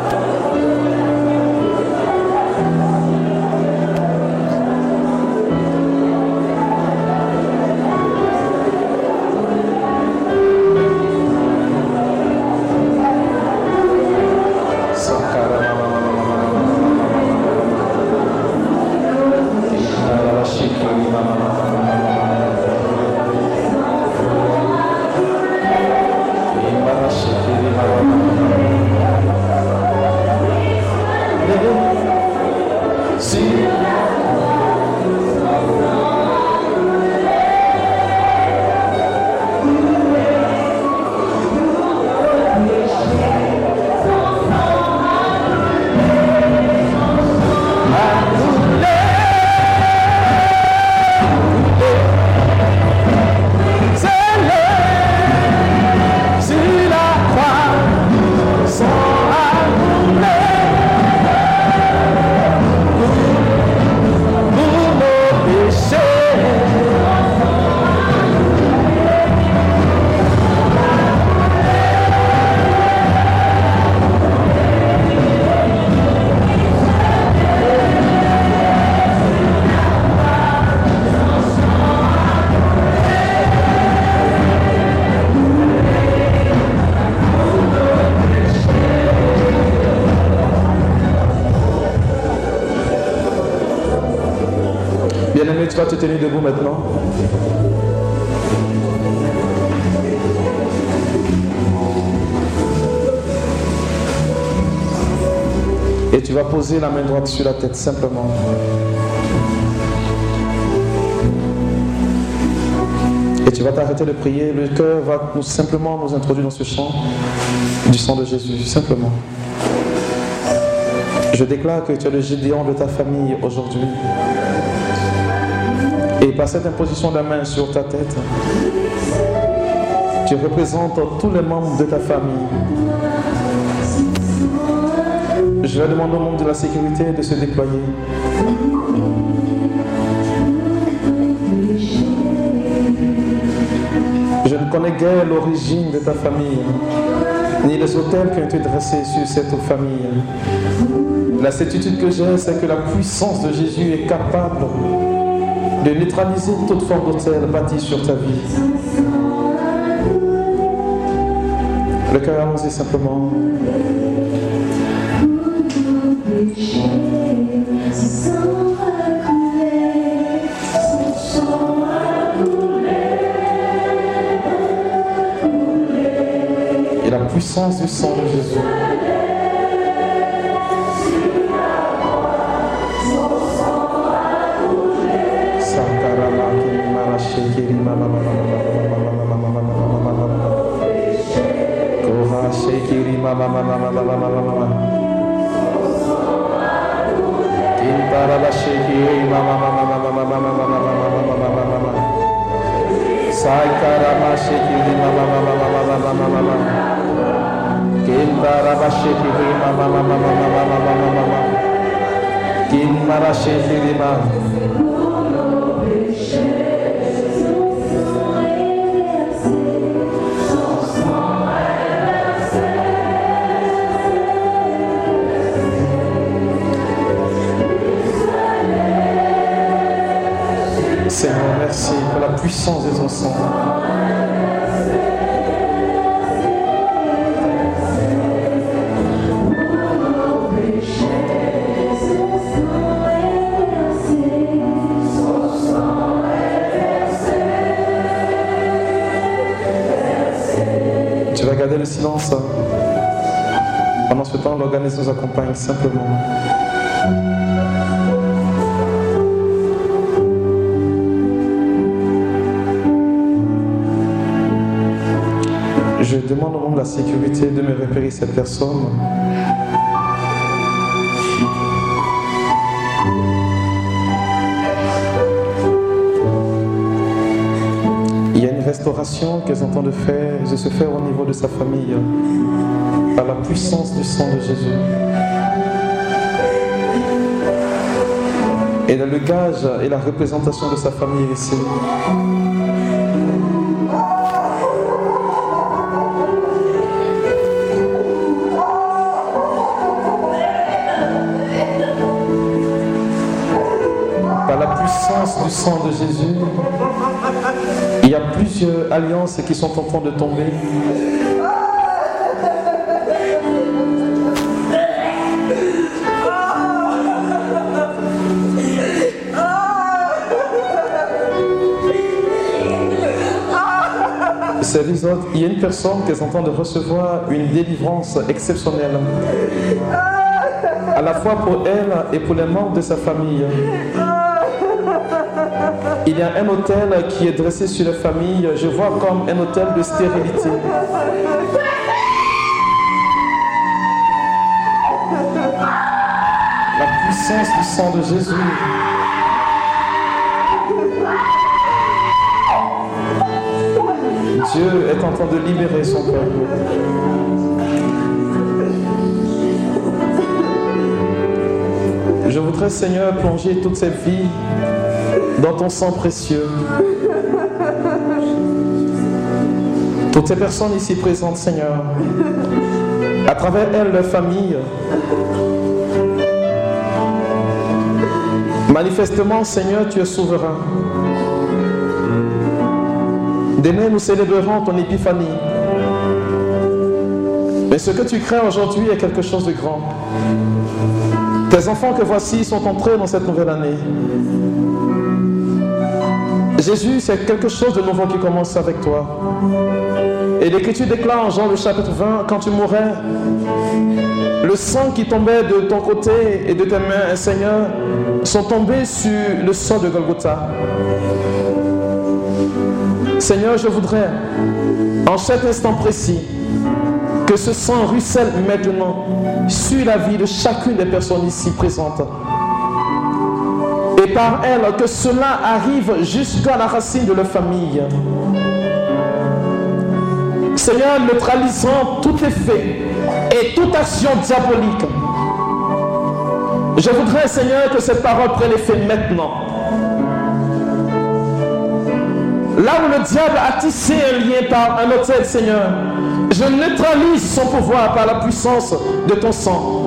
[SPEAKER 1] Bien-aimé, tu vas te tenir debout maintenant. Et tu vas poser la main droite sur la tête simplement. Et tu vas t'arrêter de prier. Le cœur va nous, simplement nous introduire dans ce chant du sang de Jésus, simplement. Je déclare que tu es le Gédéon de ta famille aujourd'hui. Et par cette imposition de la main sur ta tête, tu représentes tous les membres de ta famille. Je leur demande au monde de la sécurité de se déployer. Je ne connais guère l'origine de ta famille, ni les autels qui ont été dressés sur cette famille. La certitude que j'ai, c'est que la puissance de Jésus est capable de neutraliser toute forme d'autel bâti sur ta vie. Le cœur, allons-y simplement. Et la puissance du sang de Jésus. Seigneur, merci pour la puissance de ton sang. Tu vas garder le silence. Pendant ce temps, l'organisme nous accompagne simplement. Je demande au monde de la sécurité de me repérer cette personne. Il y a une restauration qu'elles entendent faire, de se faire au niveau de sa famille, par la puissance du sang de Jésus. Et le gage et la représentation de sa famille ici. Du sang de Jésus, il y a plusieurs alliances qui sont en train de tomber. C'est les autres. Il y a une personne qui est en train de recevoir une délivrance exceptionnelle, à la fois pour elle et pour les membres de sa famille. Il y a un autel qui est dressé sur la famille, je vois comme un autel de stérilité. La puissance du sang de Jésus. Dieu est en train de libérer son peuple. Je voudrais, Seigneur, plonger toute cette vie dans ton sang précieux. Toutes ces personnes ici présentes, Seigneur, à travers elles, leur famille, manifestement, Seigneur, tu es souverain. Demain, nous célébrerons ton épiphanie. Mais ce que tu crées aujourd'hui est quelque chose de grand. Tes enfants que voici sont entrés dans cette nouvelle année. Jésus, c'est quelque chose de nouveau qui commence avec toi. Et l'Écriture déclare en Jean le chapitre vingt, quand tu mourrais, le sang qui tombait de ton côté et de tes mains, Seigneur, sont tombés sur le sol de Golgotha. Seigneur, je voudrais, en cet instant précis, que ce sang ruisselle maintenant sur la vie de chacune des personnes ici présentes. Et par elle, que cela arrive jusqu'à la racine de leur famille. Seigneur, neutralisant tout effet et toute action diabolique Je voudrais, Seigneur, que cette parole prenne effet maintenant. Là où le diable a tissé un lien par un autel, Seigneur, je neutralise son pouvoir par la puissance de ton sang.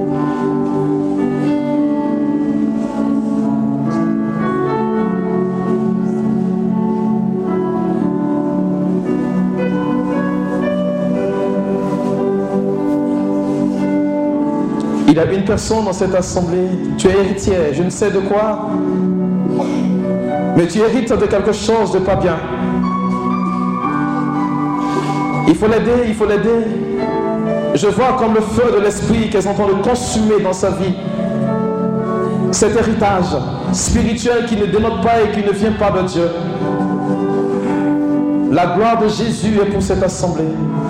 [SPEAKER 1] Il y a une personne dans cette assemblée, tu es héritière, je ne sais de quoi, mais tu hérites de quelque chose de pas bien. Il faut l'aider, il faut l'aider. Je vois comme le feu de l'esprit qu'elle est en train de consumer dans sa vie cet héritage spirituel qui ne dénote pas et qui ne vient pas de Dieu. La gloire de Jésus est pour cette assemblée.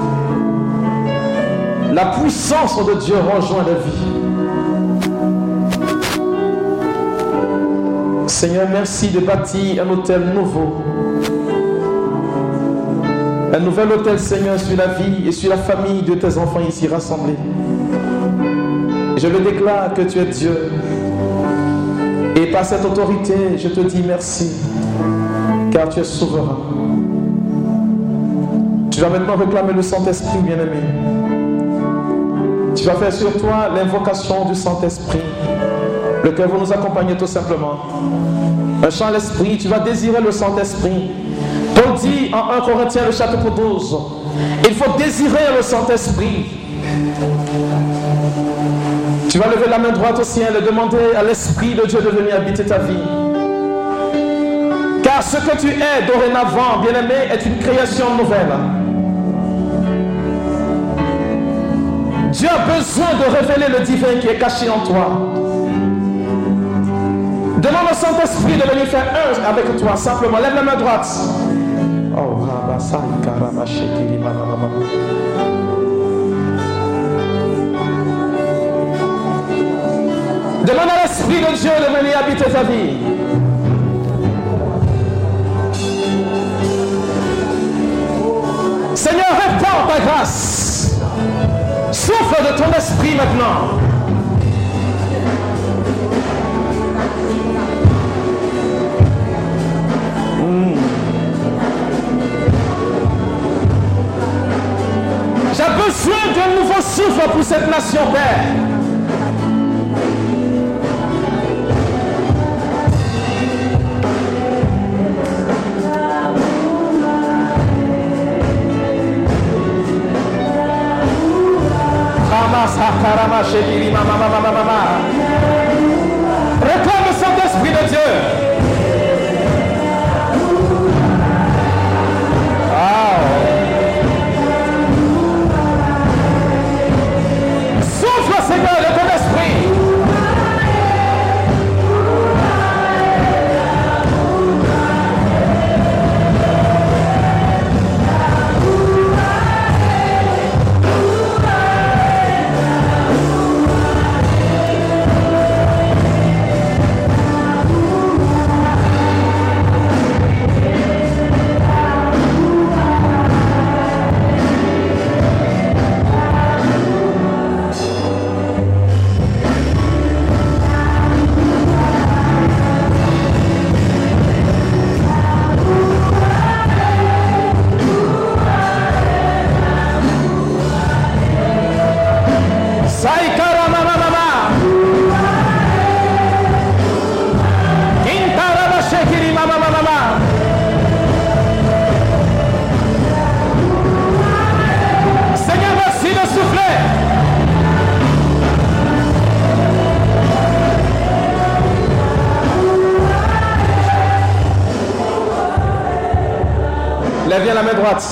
[SPEAKER 1] La puissance de Dieu rejoint la vie. Seigneur, merci de bâtir un autel nouveau. Un nouvel autel, Seigneur, sur la vie et sur la famille de tes enfants ici rassemblés. Je le déclare que tu es Dieu. Et par cette autorité, je te dis merci, car tu es souverain. Tu vas maintenant réclamer le Saint-Esprit, bien-aimé. Tu vas faire sur toi l'invocation du Saint-Esprit, lequel va nous accompagner tout simplement. Un chant à l'Esprit, tu vas désirer le Saint-Esprit. Paul dit en premier Corinthiens, le chapitre douze, il faut désirer le Saint-Esprit. Tu vas lever la main droite au ciel et demander à l'Esprit de Dieu de venir habiter ta vie. Car ce que tu es dorénavant, bien-aimé, est une création nouvelle. Dieu a besoin de révéler le divin qui est caché en toi. Demande au Saint-Esprit de venir faire un avec toi, simplement. Lève la main droite. Oh, demande à l'Esprit de Dieu de venir habiter ta vie. Seigneur, répands ta grâce. Souffle de ton esprit maintenant. Mmh. J'ai besoin d'un nouveau souffle pour cette nation, Père. Réclame le Saint-Esprit de Dieu. Wow. Souffle, Seigneur, de ton esprit. Lève la main droite.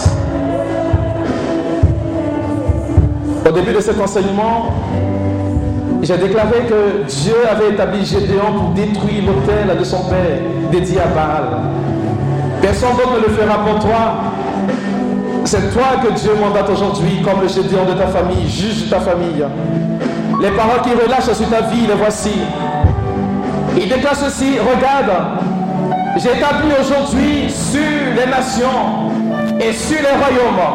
[SPEAKER 1] Au début de cet enseignement, j'ai déclaré que Dieu avait établi Gédéon pour détruire l'autel de son père dédié à Baal. Personne d'autre ne le fera pour toi. C'est toi que Dieu mandate aujourd'hui comme le Gédéon de ta famille, juge de ta famille. Les paroles qu'il relâche sur ta vie, les voici. Il déclare ceci, regarde, j'ai établi aujourd'hui sur les nations et sur les royaumes.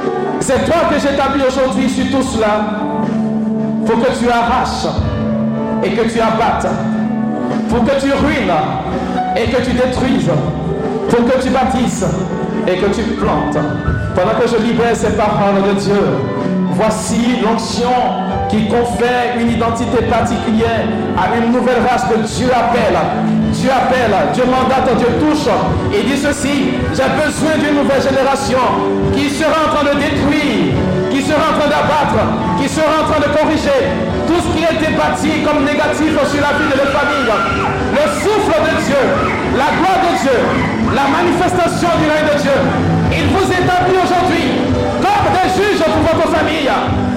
[SPEAKER 1] C'est toi que j'établis aujourd'hui sur tout cela pour que tu arraches et que tu abattes, pour que tu ruines et que tu détruises, pour que tu bâtisses et que tu plantes. Pendant que je libère ces paroles de Dieu, voici l'onction qui confère une identité particulière à une nouvelle race que Dieu appelle. Dieu appelle, Dieu mandate, Dieu touche. Et dit ceci: j'ai besoin d'une nouvelle génération qui sera en train de détruire, qui sera en train d'abattre, qui sera en train de corriger tout ce qui a été bâti comme négatif sur la vie de la famille. Le souffle de Dieu, la gloire de Dieu, la manifestation du règne de Dieu, il vous établit aujourd'hui comme des juges pour votre famille.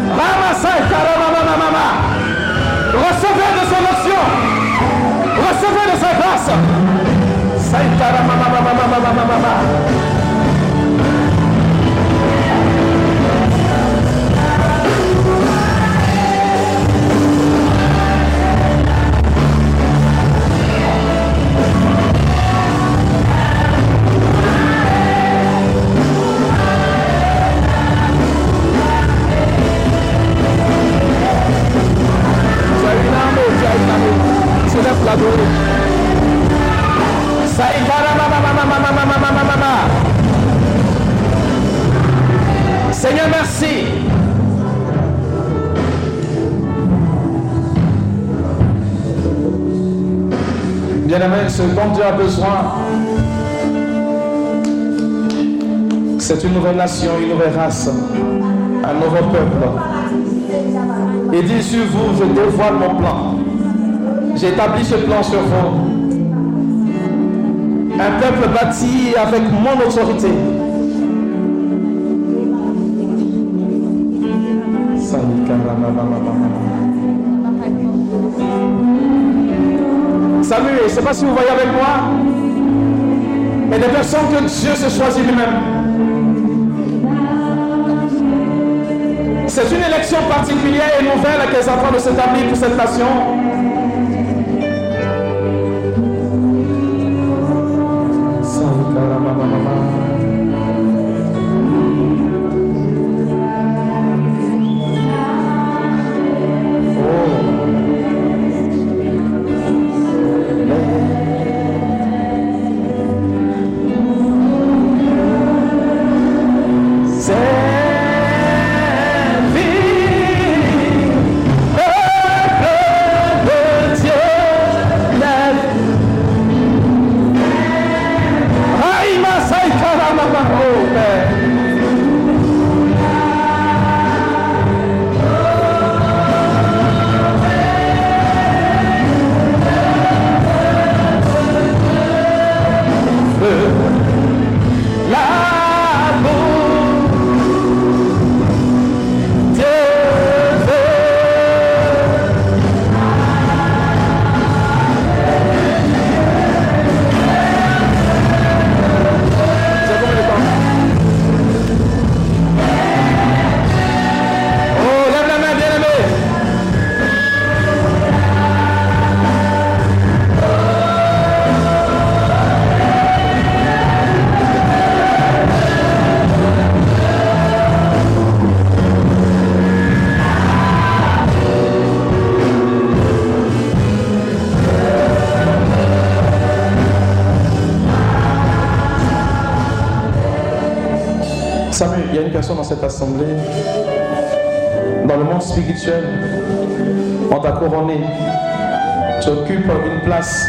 [SPEAKER 1] Recevez de son onction, recevez de sa grâce. Seigneur, merci. Bien-aimé, ce dont Dieu a besoin, c'est une nouvelle nation, une nouvelle race, un nouveau peuple. Il dit sur vous, je dévoile mon plan. J'ai établi ce plan sur vous. Un peuple bâti avec mon autorité. Samuel, je ne sais pas si vous voyez avec moi, mais des personnes que Dieu se choisit lui-même. C'est une élection particulière et nouvelle qui est en train de s'établir pour cette nation. Samuel, il y a une personne dans cette assemblée, dans le monde spirituel, on t'a couronné, tu occupes une place.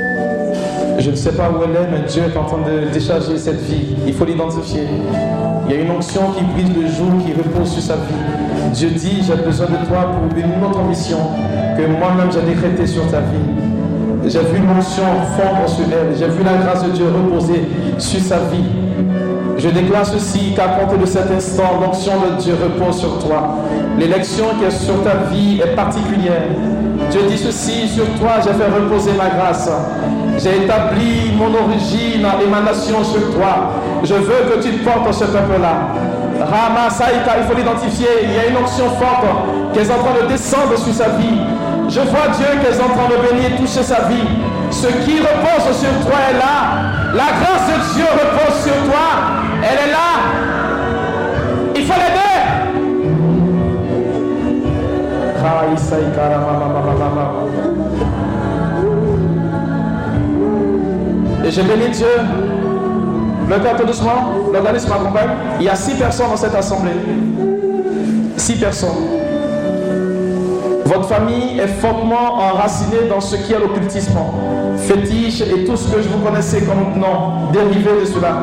[SPEAKER 1] Je ne sais pas où elle est, mais Dieu est en train de décharger cette vie. Il faut l'identifier. Il y a une onction qui brille le jour, qui repose sur sa vie. Dieu dit, j'ai besoin de toi pour une autre mission que moi-même j'ai décrétée sur ta vie. J'ai vu l'onction fondre sur elle. J'ai vu la grâce de Dieu reposer sur sa vie. Je déclare ceci, qu'à compter de cet instant, l'onction de Dieu repose sur toi. L'élection qui est sur ta vie est particulière. Dieu dit ceci, sur toi j'ai fait reposer ma grâce. J'ai établi mon origine et ma nation sur toi. Je veux que tu portes ce peuple-là. Rama Saïka, il faut l'identifier. Il y a une onction forte qui est en train de descendre sur sa vie. Je vois Dieu qui est en train de bénir, toucher sa vie. Ce qui repose sur toi est là. La grâce de Dieu repose sur toi. Elle est là. Il faut l'aider. Et je bénis Dieu. Le cœur tout doucement, l'organisme m'accompagne. Il y a six personnes dans cette assemblée. Six personnes. Votre famille est fortement enracinée dans ce qui est l'occultisme, fétiche et tout ce que je vous connaissais comme nom dérivé de cela.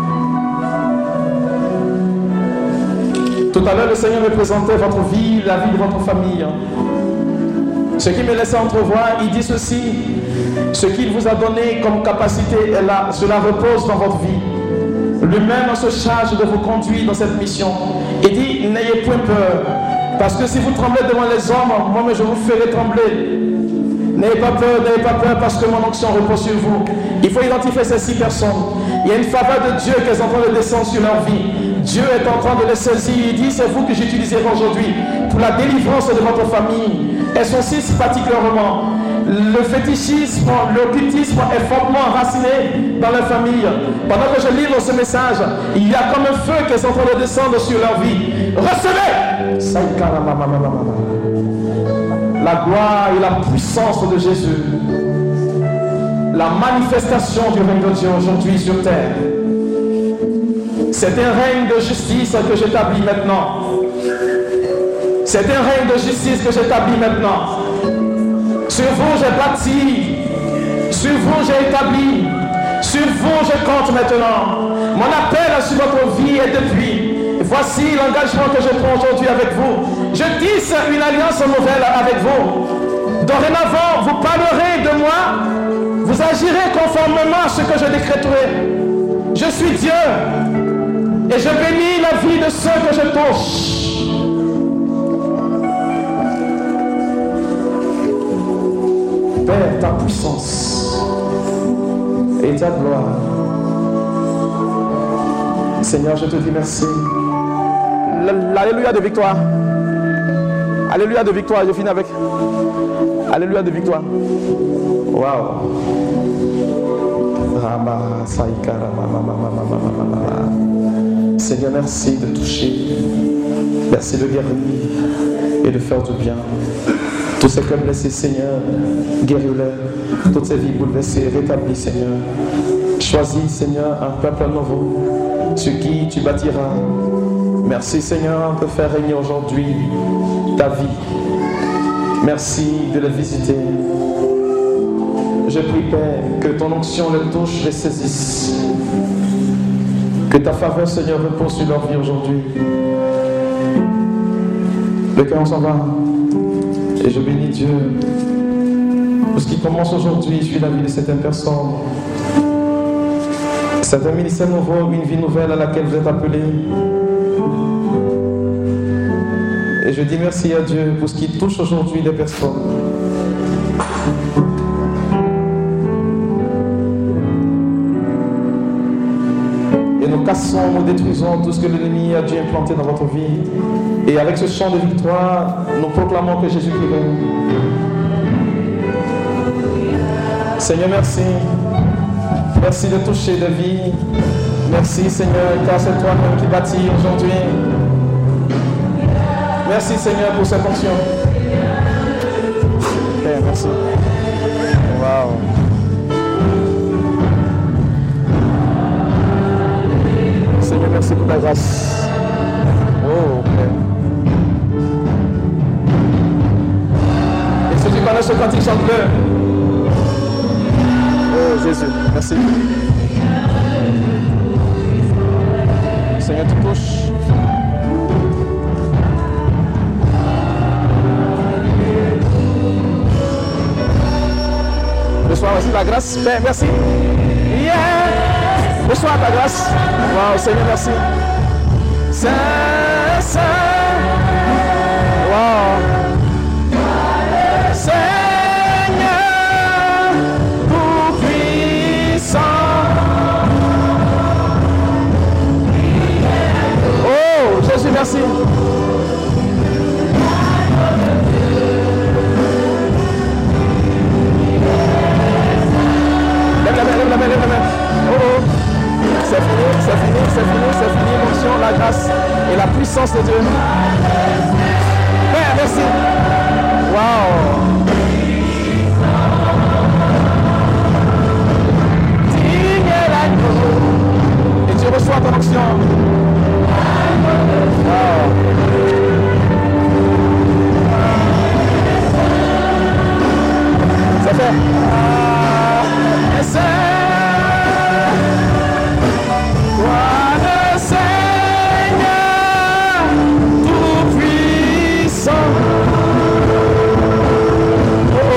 [SPEAKER 1] Tout à l'heure, le Seigneur me présentait votre vie, la vie de votre famille. Ce qui me laissait entrevoir, il dit ceci: ce qu'il vous a donné comme capacité est là, cela repose dans votre vie. Lui-même se charge de vous conduire dans cette mission. Il dit: n'ayez point peur, parce que si vous tremblez devant les hommes, moi je vous ferai trembler. N'ayez pas peur, n'ayez pas peur, parce que mon onction repose sur vous. Il faut identifier ces six personnes. Il y a une faveur de Dieu qui est en train de descendre sur leur vie. Dieu est en train de les saisir. Il dit: c'est vous que j'utiliserai aujourd'hui pour la délivrance de votre famille. Elles sont six particulièrement. Le fétichisme, l'occultisme est fortement enraciné dans la famille. Pendant que je livre ce message, il y a comme un feu qui est en train de descendre sur leur vie. Recevez la gloire et la puissance de Jésus. La manifestation du règne de Dieu aujourd'hui sur terre. C'est un règne de justice que j'établis maintenant. C'est un règne de justice que j'établis maintenant. Sur vous j'ai bâti, sur vous j'ai établi, sur vous je compte maintenant. Mon appel sur votre vie est depuis. Voici l'engagement que je prends aujourd'hui avec vous. Je tisse une alliance nouvelle avec vous. Dorénavant, vous parlerez de moi, vous agirez conformément à ce que je décréterai. Je suis Dieu et je bénis la vie de ceux que je touche. Père, ta puissance et ta gloire. Seigneur, je te dis merci. L'alléluia de victoire. Alléluia de victoire. Je finis avec. Alléluia de victoire. Waouh. Seigneur, merci de toucher. Merci de guérir et de faire du bien. Tous ces cœurs blessés, Seigneur, guéris-les. Toutes ces vies bouleversées, rétablis, Seigneur. Choisis, Seigneur, un peuple nouveau sur qui tu bâtiras. Merci, Seigneur, de faire régner aujourd'hui ta vie. Merci de les visiter. Je prie, Père, que ton onction les touche, les saisisse. Que ta faveur, Seigneur, repose sur leur vie aujourd'hui. Le cœur, on s'en va. Et je bénis Dieu pour ce qui commence aujourd'hui sur la vie de certaines personnes. C'est un ministère nouveau, une vie nouvelle à laquelle vous êtes appelés. Et je dis merci à Dieu pour ce qui touche aujourd'hui les personnes. Et nous cassons, nous détruisons tout ce que l'ennemi a dû implanter dans votre vie. Et avec ce chant de victoire, nous proclamons que Jésus est règne. Seigneur, merci. Merci de toucher des vies. Merci, Seigneur, car c'est toi-même qui bâtis aujourd'hui. Merci, Seigneur, pour cette onction. Père, merci. Waouh. Seigneur, merci pour ta grâce. Oh, Père. Et si tu connais ce cantique, chante-le. Oh, Jésus, merci. Seigneur, tu touches. Reçois aussi la grâce. Père, merci. Yeah. Reçois ta grâce. Wow, Seigneur, merci. Saint, Saint. Wow. Seigneur, tout puissant. Oh, Jésus, merci. Lève la main, lève la main, lève la main. Oh, oh. C'est fini, c'est fini, c'est fini, c'est fini. L'onction, la grâce et la puissance de Dieu. Père, merci. Waouh. onction. Wow. Ça fait. Ah, toi le Seigneur tout-puissant. Oh, oh.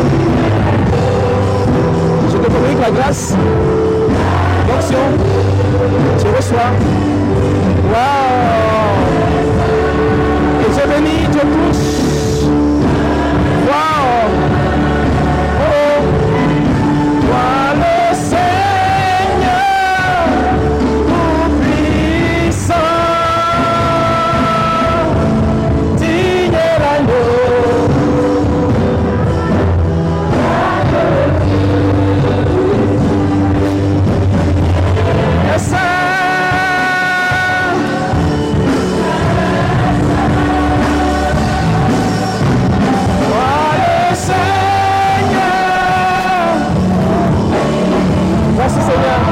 [SPEAKER 1] Je te communique la grâce, l'onction, tu reçois. Waouh! Et Dieu bénit, Dieu touche. Waouh! Oh! Toi le Seigneur tout-puissant, digne l'agneau. Yes, merci Seigneur.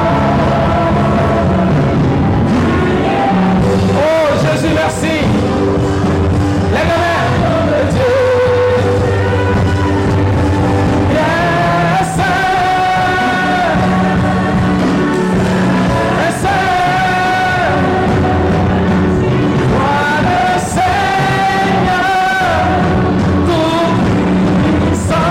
[SPEAKER 1] Oh Jésus, merci. Lève la main de Dieu. Yes, yes, toi le Seigneur tout-puissant.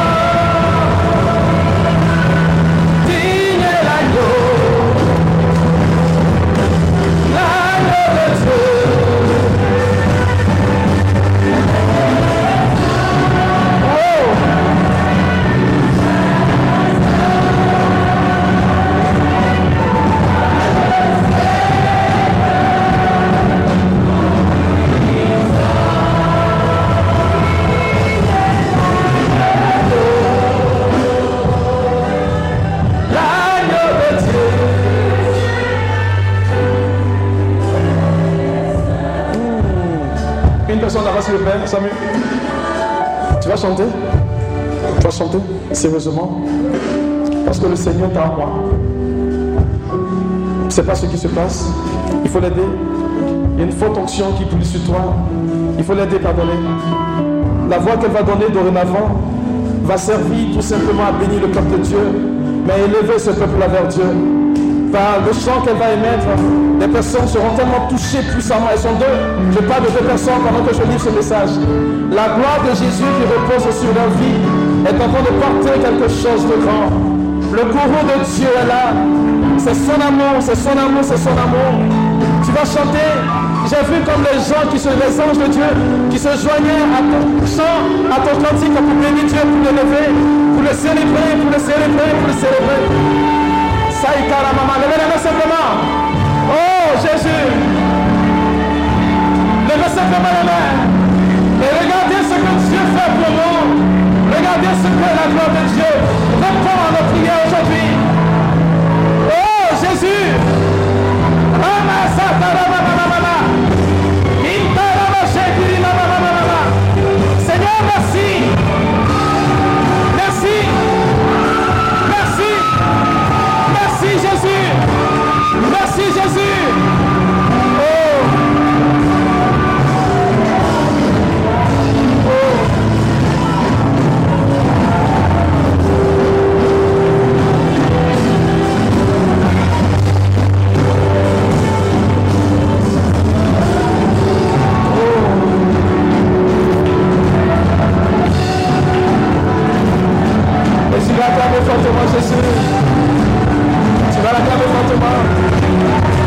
[SPEAKER 1] Une personne là-bas, s'il vous plaît, Samuel. Tu vas chanter? Tu vas chanter sérieusement? Parce que le Seigneur t'a envoyé. Tu ne sais pas ce qui se passe. Il faut l'aider. Il y a une forte onction qui brille sur toi. Il faut l'aider, pardonner. La voix qu'elle va donner dorénavant va servir tout simplement à bénir le peuple de Dieu, mais à élever ce peuple-là vers Dieu. Par le chant qu'elle va émettre, les personnes seront tellement touchées puissamment. Elles sont deux. Je parle de deux personnes pendant que je lis ce message. La gloire de Jésus qui repose sur leur vie est en train de porter quelque chose de grand. Le courroux de Dieu est là. C'est son amour, c'est son amour, c'est son amour. Tu vas chanter. J'ai vu comme les gens, qui se, les anges de Dieu, qui se joignaient à ton chant, à ton cantique pour bénir Dieu, pour l'élever, pour le célébrer, pour le célébrer, pour le célébrer. Saïkara maman, levez les mains simplement. Oh Jésus, levez simplement les mains. Et regardez ce que Dieu fait pour nous. Regardez ce que la gloire de Dieu répond à nos prières aujourd'hui. Oh Jésus, Seigneur, merci. Merci. Merci. Merci Jésus. Merci Jésus. Oh. Tu vas acclamer fortement Jésus. Tu vas l'acclamer fortement.